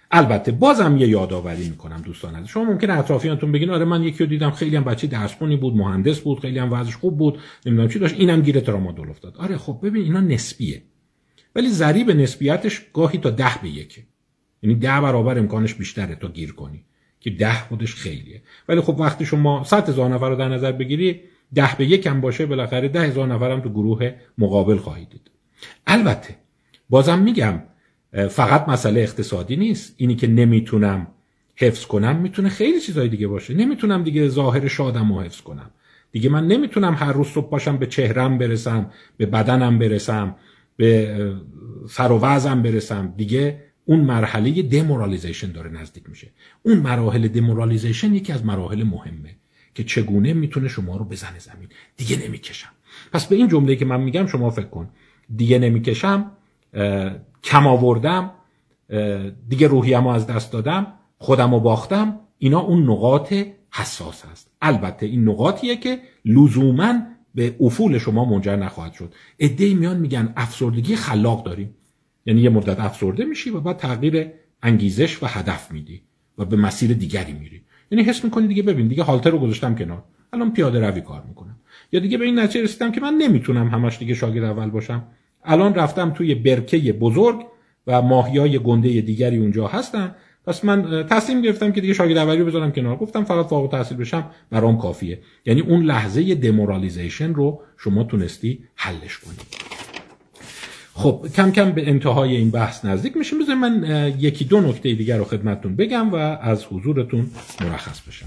البته بازم یه یادآوری میکنم دوستان عزیز، شما ممکنه اطرافیانتون بگین آره من یکی رو دیدم خیلی هم بچه درسخونی بود، مهندس بود، خیلی هم وضعش خوب بود، نمیدونم چی داشت، اینم گیر ترامادول افتاد. آره خب ببین اینا نسبیه، ولی ضریب نسبیتش گاهی تا ده به یکه، یعنی ده برابر امکانش بیشتره تا گیر کنی، که ده خودش خیلیه. ولی خب وقتی شما صد هزار نفر رو در نظر بگیری، ده به یک هم باشه، بالاخره ده هزار نفر هم تو گروه مقابل خواهید دید. البته بازم میگم فقط مسئله اقتصادی نیست. اینی که نمیتونم حفظ کنم میتونه خیلی چیزای دیگه باشه. نمیتونم دیگه ظاهر شادم رو حفظ کنم، دیگه من نمیتونم هر روز صبح پاشم به چهرم برسم، به بدنم برسم، به سر و وضعم برسم. دیگه اون مرحله دمورالیزیشن داره نزدیک میشه. اون مراحل دمورالیزیشن یکی از مراحل مهمه که چگونه میتونه شما رو بزنه زمین. دیگه نمیکشم. پس به این جمله که من میگم شما فکر کن، دیگه نمیکشم، کم آوردم، دیگه روحیه‌مو از دست دادم، خودمو باختم، اینا اون نقاط حساس هست. البته این نقاطیه که لزوماً به افول شما منجر نخواهد شد. عده‌ای میان میگن افسردگی خلاق داریم، یعنی یه مدت افسرده میشی و بعد تغییر انگیزش و هدف میدی و به مسیر دیگری میری. یعنی حس میکنی دیگه ببین دیگه هالتر رو گذاشتم کنار، الان پیاده روی کار میکنم. یا دیگه به این نتیجه رسیدم که من نمیتونم همش دیگه شاگرد اول باشم، الان رفتم توی برکه بزرگ و ماهیای گنده دیگری اونجا هستن، پس من تصمیم گرفتم که دیگه شاگرد اولی رو بذارم کنار، گفتم فقط فارغ التحصیل بشم برام کافیه. یعنی اون لحظه دمورالیزیشن رو شما تونستی حلش کنی. خب کم کم به انتهای این بحث نزدیک میشیم. بذار من یکی دو نکته دیگر رو خدمتتون بگم و از حضورتون مرخص بشم.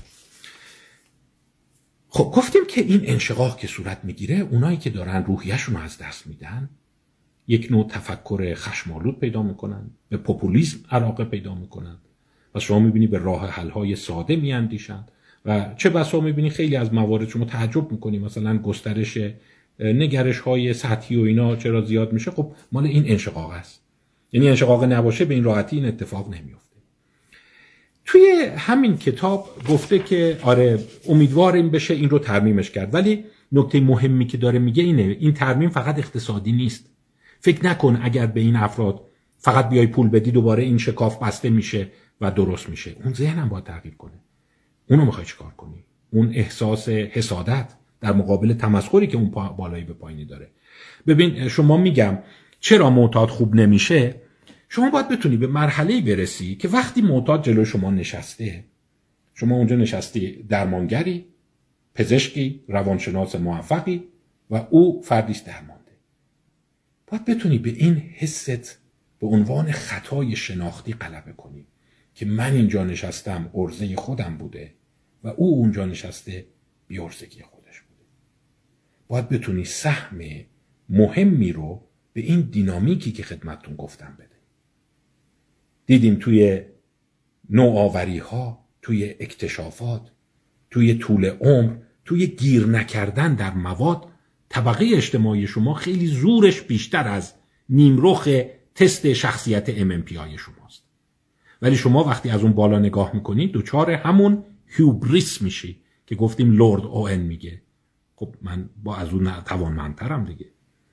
خب گفتیم که این انشقاق که صورت میگیره، اونایی که دارن روحیه‌شون رو از دست میدن یک نوع تفکر خشم‌آلود پیدا میکنن، به پوپولیسم علاقه پیدا میکنن و شما میبینی به راه حل‌های ساده میاندیشن و چه بسا میبینی خیلی از موارد شما تعجب میکنی، مثلا گسترش نگرش‌های سطحی و اینا چرا زیاد میشه. خب مال این انشقاق است. یعنی انشقاق نباشه به این راحتی این اتفاق نمیفته. توی همین کتاب گفته که آره امیدواریم بشه این رو ترمیمش کرد، ولی نکته مهمی که داره میگه اینه این ترمیم فقط اقتصادی نیست. فکر نکن اگر به این افراد فقط بیای پول بدی دوباره این شکاف بسته میشه و درست میشه. اون ذهنم باید تغییر کنه. اونو میخوای چیکار کنی؟ اون احساس حسادت در مقابل تمسخری که اون بالایی به پایینی داره. ببین شما میگم چرا معتاد خوب نمیشه؟ شما باید بتونی به مرحله‌ای برسی که وقتی معتاد جلوی شما نشسته، شما اونجا نشستی درمانگری، پزشکی، روانشناس موفقی و او فردیست درمانده. باید بتونی به این حست به عنوان خطای شناختی غلبه کنی که من اینجا نشستم عرضه خودم بوده و او اونجا نشسته بی عرضگی خودش بوده. باید بتونی سهم مهمی رو به این دینامیکی که خدمتتون گفتم بده. دیدیم توی نوآوری ها، توی اکتشافات، توی طول عمر، توی گیر نکردن در مواد، طبقه اجتماعی شما خیلی زورش بیشتر از نیمرخ تست شخصیت ام ام پی آی شماست. ولی شما وقتی از اون بالا نگاه میکنید دوچار همون هیوبریس میشی که گفتیم لورد اوئن میگه. خب من با از اون توانمندترم دیگه.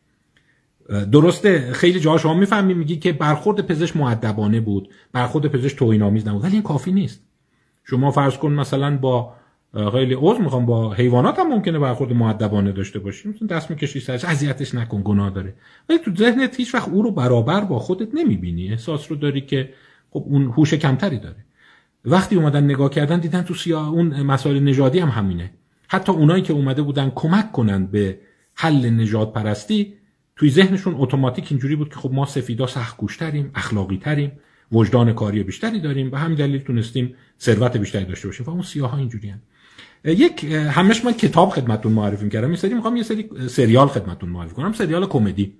درسته خیلی جاها شما میفهمی میگی که برخورد پزشک مؤدبانه بود، برخورد پزشک توهین‌آمیز نبود، ولی این کافی نیست. شما فرض کن مثلا با خیلی عذر میخوام با حیوانات هم ممکنه برخورد مؤدبانه داشته باشی، مثلا دست میکشی سرش، اذیتش نکن، گناه داره، ولی تو ذهنت هیچ وقت او رو برابر با خودت نمیبینی، احساس رو داری که خب اون هوش کمتری داره. وقتی اومدن نگاه کردن دیدن تو سیاه اون مسائل نژادی هم همینه. حتی اونایی که اومده بودن کمک کنن به حل نژاد پرستی، توی ذهنشون اتوماتیک اینجوری بود که خب ما سفیدا سخت‌کوش‌تریم، اخلاقی‌تریم، وجدان کاری بیشتری داریم و همین دلیل تونستیم ثروت بیشتری داشته باشیم و اون سیاها اینجوریان. یک همش من کتاب خدمتتون معرفی می‌کردم، یه سری می‌خوام یه سری سریال خدمتتون معرفی کنم، سریال کمدی.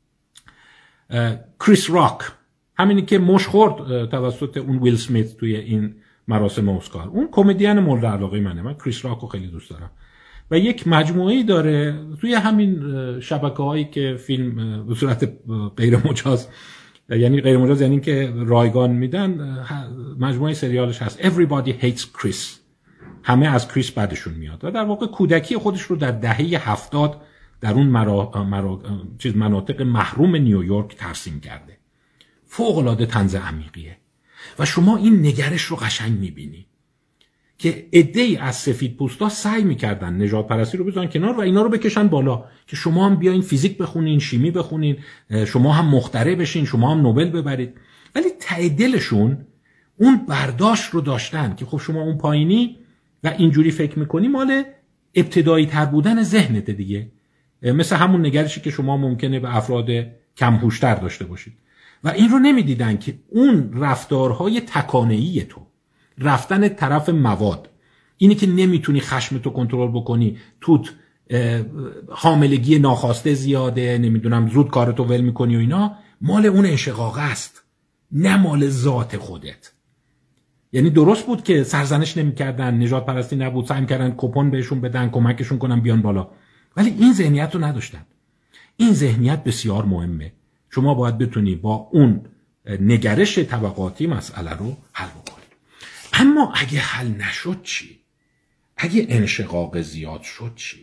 کریس راک، همینی که مش خورد توسط اون ویل اسمیت توی این مراسم اسکار، اون کمدین مورد علاقه منه. من کریس راک رو خیلی دوست دارم و یک مجموعه‌ای داره توی همین شبکه‌هایی که فیلم به صورت غیر مجاز، یعنی غیر مجاز یعنی که رایگان میدن، مجموعه سریالش هست Everybody Hates Chris، همه از کریس بعدشون میاد و در واقع کودکی خودش رو در دهه هفتاد در اون مرا... مرا... چیز مناطق محروم نیویورک ترسیم کرده. فوق العاده طنز عمیقیه. و شما این نگرش رو قشنگ میبینی که عده‌ای از سفیدپوستا سعی میکردن نژاد پرستی رو بذارن کنار و اینا رو بکشن بالا که شما هم بیاین فیزیک بخونین، شیمی بخونین، شما هم مخترع بشین، شما هم نوبل ببرید. ولی ته دلشون اون برداشت رو داشتن که خب شما اون پایینی و اینجوری فکر میکنی مال ابتدایی تر بودن ذهنت دیگه، مثل همون نگرشی که شما ممکنه به افراد کم هوش‌تر داشته باشید. و این رو نمیدیدن که اون رفتارهای تکانه‌ای تو، رفتن طرف مواد، اینی که نمیتونی خشمتو کنترل بکنی، توت حاملگی ناخواسته زیاده، نمیدونم زود کارتو ول میکنی و اینا، مال اون انشقاق است، نه مال ذات خودت. یعنی درست بود که سرزنش نمیکردن، نژاد پرستی نبود، سعی کردن کپون بهشون بدن، کمکشون کنن بیان بالا، ولی این ذهنیت رو نداشتن. این ذهنیت بسیار مهمه. شما باید بتونی با اون نگرش طبقاتی مسئله رو حل بکنی. اما اگه حل نشد چی؟ اگه انشقاق زیاد شد چی؟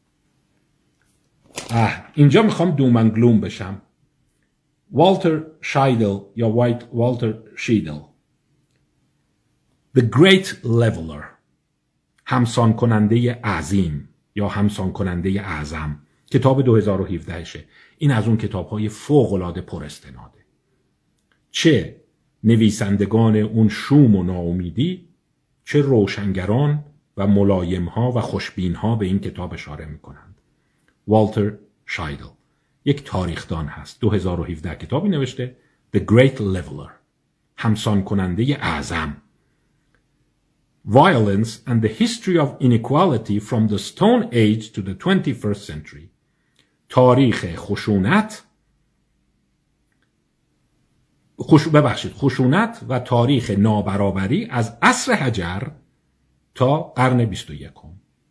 اه اینجا میخوام دومن گلوم بشم. والتر شایدل یا وایت والتر شیدل، The Great Leveler، همسان کننده عظیم یا همسان کننده اعظم، کتاب دو هزار و هفده شه. این از اون کتاب‌های فوق‌العاده پر استناده. چه نویسندگان اون شوم و ناامیدی، چه روشنگران و ملایم‌ها و خوشبین‌ها به این کتاب اشاره می‌کنند. والتر شایدل یک تاریخدان هست. دو هزار و هفده کتابی نوشته، The Great Leveler، همسان کننده اعظم. Violence and the History of Inequality from the Stone Age to the twenty-first century. تاریخ خشونت خش... ببخشید خشونت و تاریخ نابرابری از عصر حجر تا قرن بیست و یکم.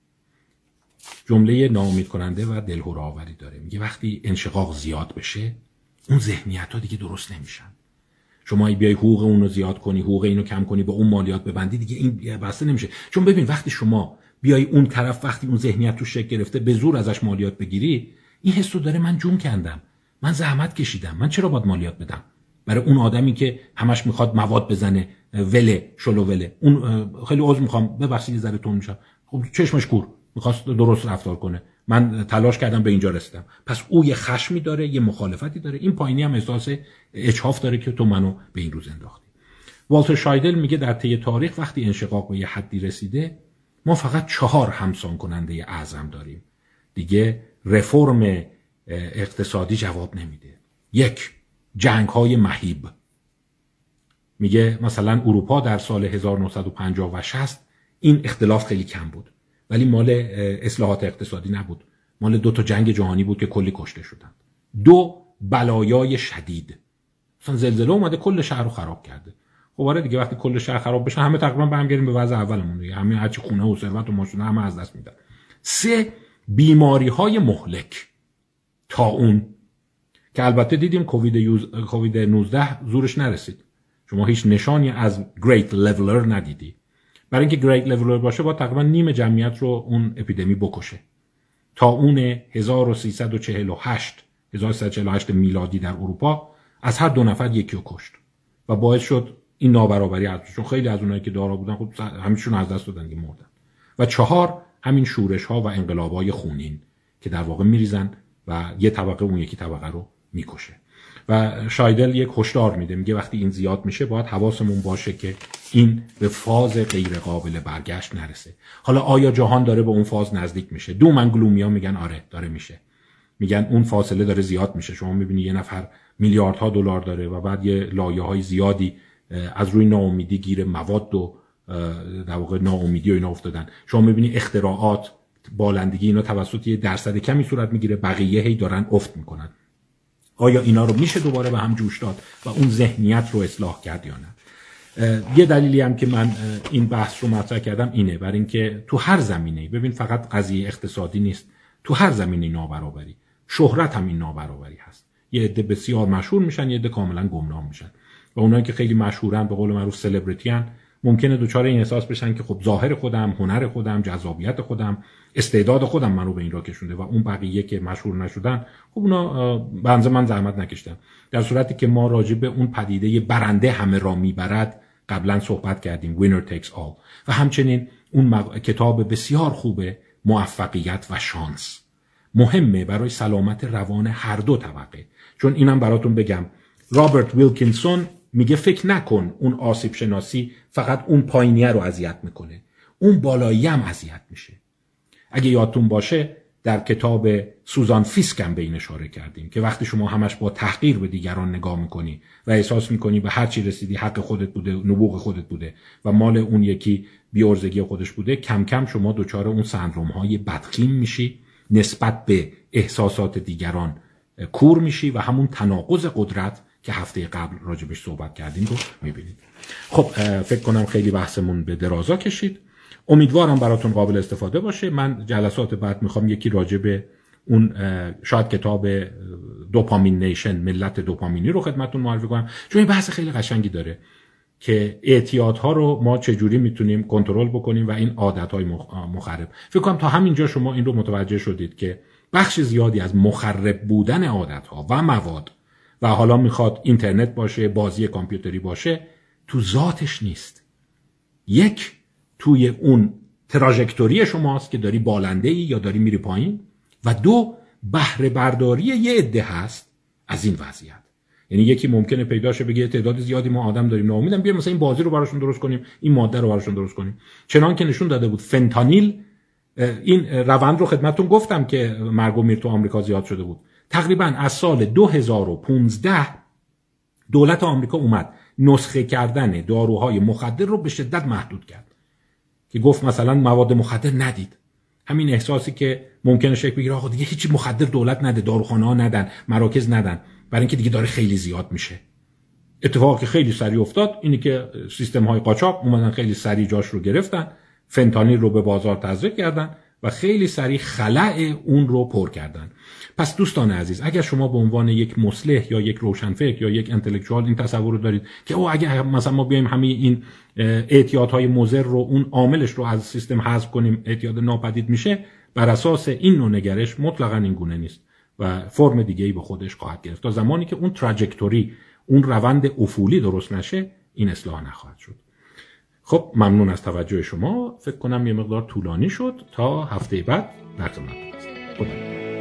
جمله ناامید کننده و دلهره آوری داره. میگه وقتی انشقاق زیاد بشه اون ذهنیت ها دیگه درست نمیشن. شما ای بیای حقوق اون رو زیاد کنی، حقوق اینو کم کنی، به اون مالیات ببندی، دیگه این بسته نمیشه. چون ببین وقتی شما بیای اون طرف، وقتی اون ذهنیت تو شکل گرفته، به زور ازش مالیات بگیری، این حسو داره من جون کندم، من زحمت کشیدم، من چرا باید مالیات بدم؟ برای اون آدمی که همش میخواد مواد بزنه، وله شلو وله، اون خیلی عذر میخوام ببخشید ذره تون میشم، خب چشمش کور، میخواست درست رفتار کنه، من تلاش کردم به اینجا رسیدم. پس او یه خشمی داره، یه مخالفتی داره، این پایینی هم احساس اجحاف داره که تو منو به این روز انداختی. والتر شایدل میگه در طی تاریخ وقتی انشقاق به یه حدی رسیده، ما فقط چهار همسان کننده اعظم داریم. دیگه رفرم اقتصادی جواب نمیده. یک، جنگ های مهیب. میگه مثلا اروپا در سال هزار و نهصد و پنجاه و شصت این اختلاف خیلی کم بود، ولی مال اصلاحات اقتصادی نبود، مال دو تا جنگ جهانی بود که کلی کشته شدن. دو، بلایای شدید، مثلا زلزله اومده کل شهر رو خراب کرده. خب آره دیگه، وقتی کل شهر خراب بشه همه تقریبا برمیگردیم به وضع اولمون دیگه، همه هرچی خونه و ثروت و ماشین همه از دست میدن. سه، بیماری های مهلک، طاعون، که البته دیدیم کووید نوزده زورش نرسید. شما هیچ نشانی از گریت لولر ندیدی. برای اینکه گریت لولر باشه با تقریبا نیم جمعیت رو اون اپیدمی بکشه. طاعون هزار و سیصد و چهل و هشت هزار و سیصد و چهل و هشت میلادی در اروپا از هر دو نفر یکی رو کشت و باعث شد این نابرابری از چون خیلی از اونایی که دارا بودن خب همیشون از دست دادن که مردن. و چهار، همین شورش ها و انقلاب های خونین که در واقع میریزن و یه طبقه اون یکی طبقه رو میکشه. و شایدل یک هشدار میده، میگه وقتی این زیاد میشه باید حواسمون باشه که این به فاز غیر قابل برگشت نرسه. حالا آیا جهان داره به اون فاز نزدیک میشه؟ دومن گلومیا میگن آره داره میشه، میگن اون فاصله داره زیاد میشه. شما میبینی یه نفر میلیاردها دلار داره و بعد یه لایه‌های زیادی از روی ناامیدی گیر مواد و در واقع ناامیدی و اینا افتادن. شما میبینی اختراعات، بالندگی اینا توسط یه درصد کمی صورت میگیره، بقیه هی دارن افت میکنن. آیا اینا رو میشه دوباره به هم جوش داد و اون ذهنیت رو اصلاح کرد یا نه؟ یه دلیلی هم که من این بحث رو مطرح کردم اینه، برای اینکه تو هر زمینه‌ای، ببین فقط قضیه اقتصادی نیست، تو هر زمینه نابرابری، شهرت هم این نابرابری هست. یه عده بسیار مشهور میشن، یه عده کاملا گمنام میشن و اونایی که خیلی مشهورن به قول معروف سلبریتی ان، ممکنه دوچار این احساس بشن که خب ظاهر خودم، هنر خودم، جذابیت خودم، استعداد خودم منو به این راه کشونده و اون بقیه که مشهور نشدن خب اونا بنز من زحمت نکشتن. در صورتی که ما راجع به اون پدیده برنده همه را میبرد قبلا صحبت کردیم، winner takes all، و همچنین اون مق... کتاب بسیار خوبه موفقیت و شانس مهمه برای سلامت روان هر دو طبقه. چون اینم براتون بگم رابرت ویلکینسون میگه فکر نکن اون آسیب شناسی فقط اون پایینیه رو اذیت میکنه، اون بالایی هم اذیت میشه. اگه یادتون باشه در کتاب سوزان فیسک هم به این اشاره کردیم که وقتی شما همش با تحقیر به دیگران نگاه میکنی و احساس میکنی به هر چی رسیدی حق خودت بوده، نبوغ خودت بوده و مال اون یکی بی‌عرضگی خودش بوده، کم کم شما دچار اون سندروم های بدخیم میشی، نسبت به احساسات دیگران کور میشی و همون تناقض قدرت که هفته قبل راجبش صحبت کردیم رو میبینید. خب فکر کنم خیلی بحثمون به درازا کشید. امیدوارم براتون قابل استفاده باشه. من جلسات بعد میخوام یکی راجب اون شاید کتاب دوپامین نیشن، ملت دوپامینی رو خدمتتون معرفی کنم، چون این بحث خیلی قشنگی داره که اعتیادها رو ما چجوری میتونیم کنترل بکنیم و این عادتهای مخرب. فکر کنم تا همینجا شما این رو متوجه شدید که بخش زیادی از مخرب بودن عادتها و مواد و حالا میخواد اینترنت باشه، بازی کامپیوتری باشه، تو ذاتش نیست. یک، توی اون تراژکتوری شماست که داری بالنده‌ای یا داری میری پایین، و دو، بهره برداری یه عده هست از این وضعیت. یعنی یکی ممکنه پیدا شه بگه تعداد زیادی ما آدم داریم ناامیدن، بیایم مثلا این بازی رو براشون درست کنیم، این ماده رو براشون درست کنیم. چنان که نشون داده بود فنتانیل، این روند رو خدمتتون گفتم که مرگ و میر تو آمریکا زیاد شده بود. تقریبا از سال دو هزار و پانزده دولت آمریکا اومد نسخه کردن داروهای مخدر رو به شدت محدود کرد که گفت مثلا مواد مخدر ندید. همین احساسی که ممکنه شک بگیره آقا دیگه هیچی مخدر دولت نده، داروخانه ها ندن، مراکز ندن، برای اینکه دیگه داره خیلی زیاد میشه. اتفاقی که خیلی سریع افتاد اینی که سیستم های قاچاق اومدن خیلی سریع جاش رو گرفتن، فنتانیل رو به بازار تزریق کردن و خیلی سریع خلأ اون رو پر کردن. پس دوستان عزیز، اگر شما به عنوان یک مصلح یا یک روشنفکر یا یک انتלקچوال این تصور رو دارید که او اگه مثلا ما بیایم همین این اعتیادهای مضر رو، اون عاملش رو از سیستم حذف کنیم، اعتیاد ناپدید میشه، بر اساس این نوع نگرش مطلقاً این گونه نیست و فرم دیگه‌ای به خودش خواهد گرفت. تا زمانی که اون تراژکتوری، اون روند افولی درست نشه، این اصلاح نخواهد شد. خب ممنون از توجه شما. فکر کنم یه مقدار طولانی شد. تا هفته بعد در خدمتتون هستم. خدا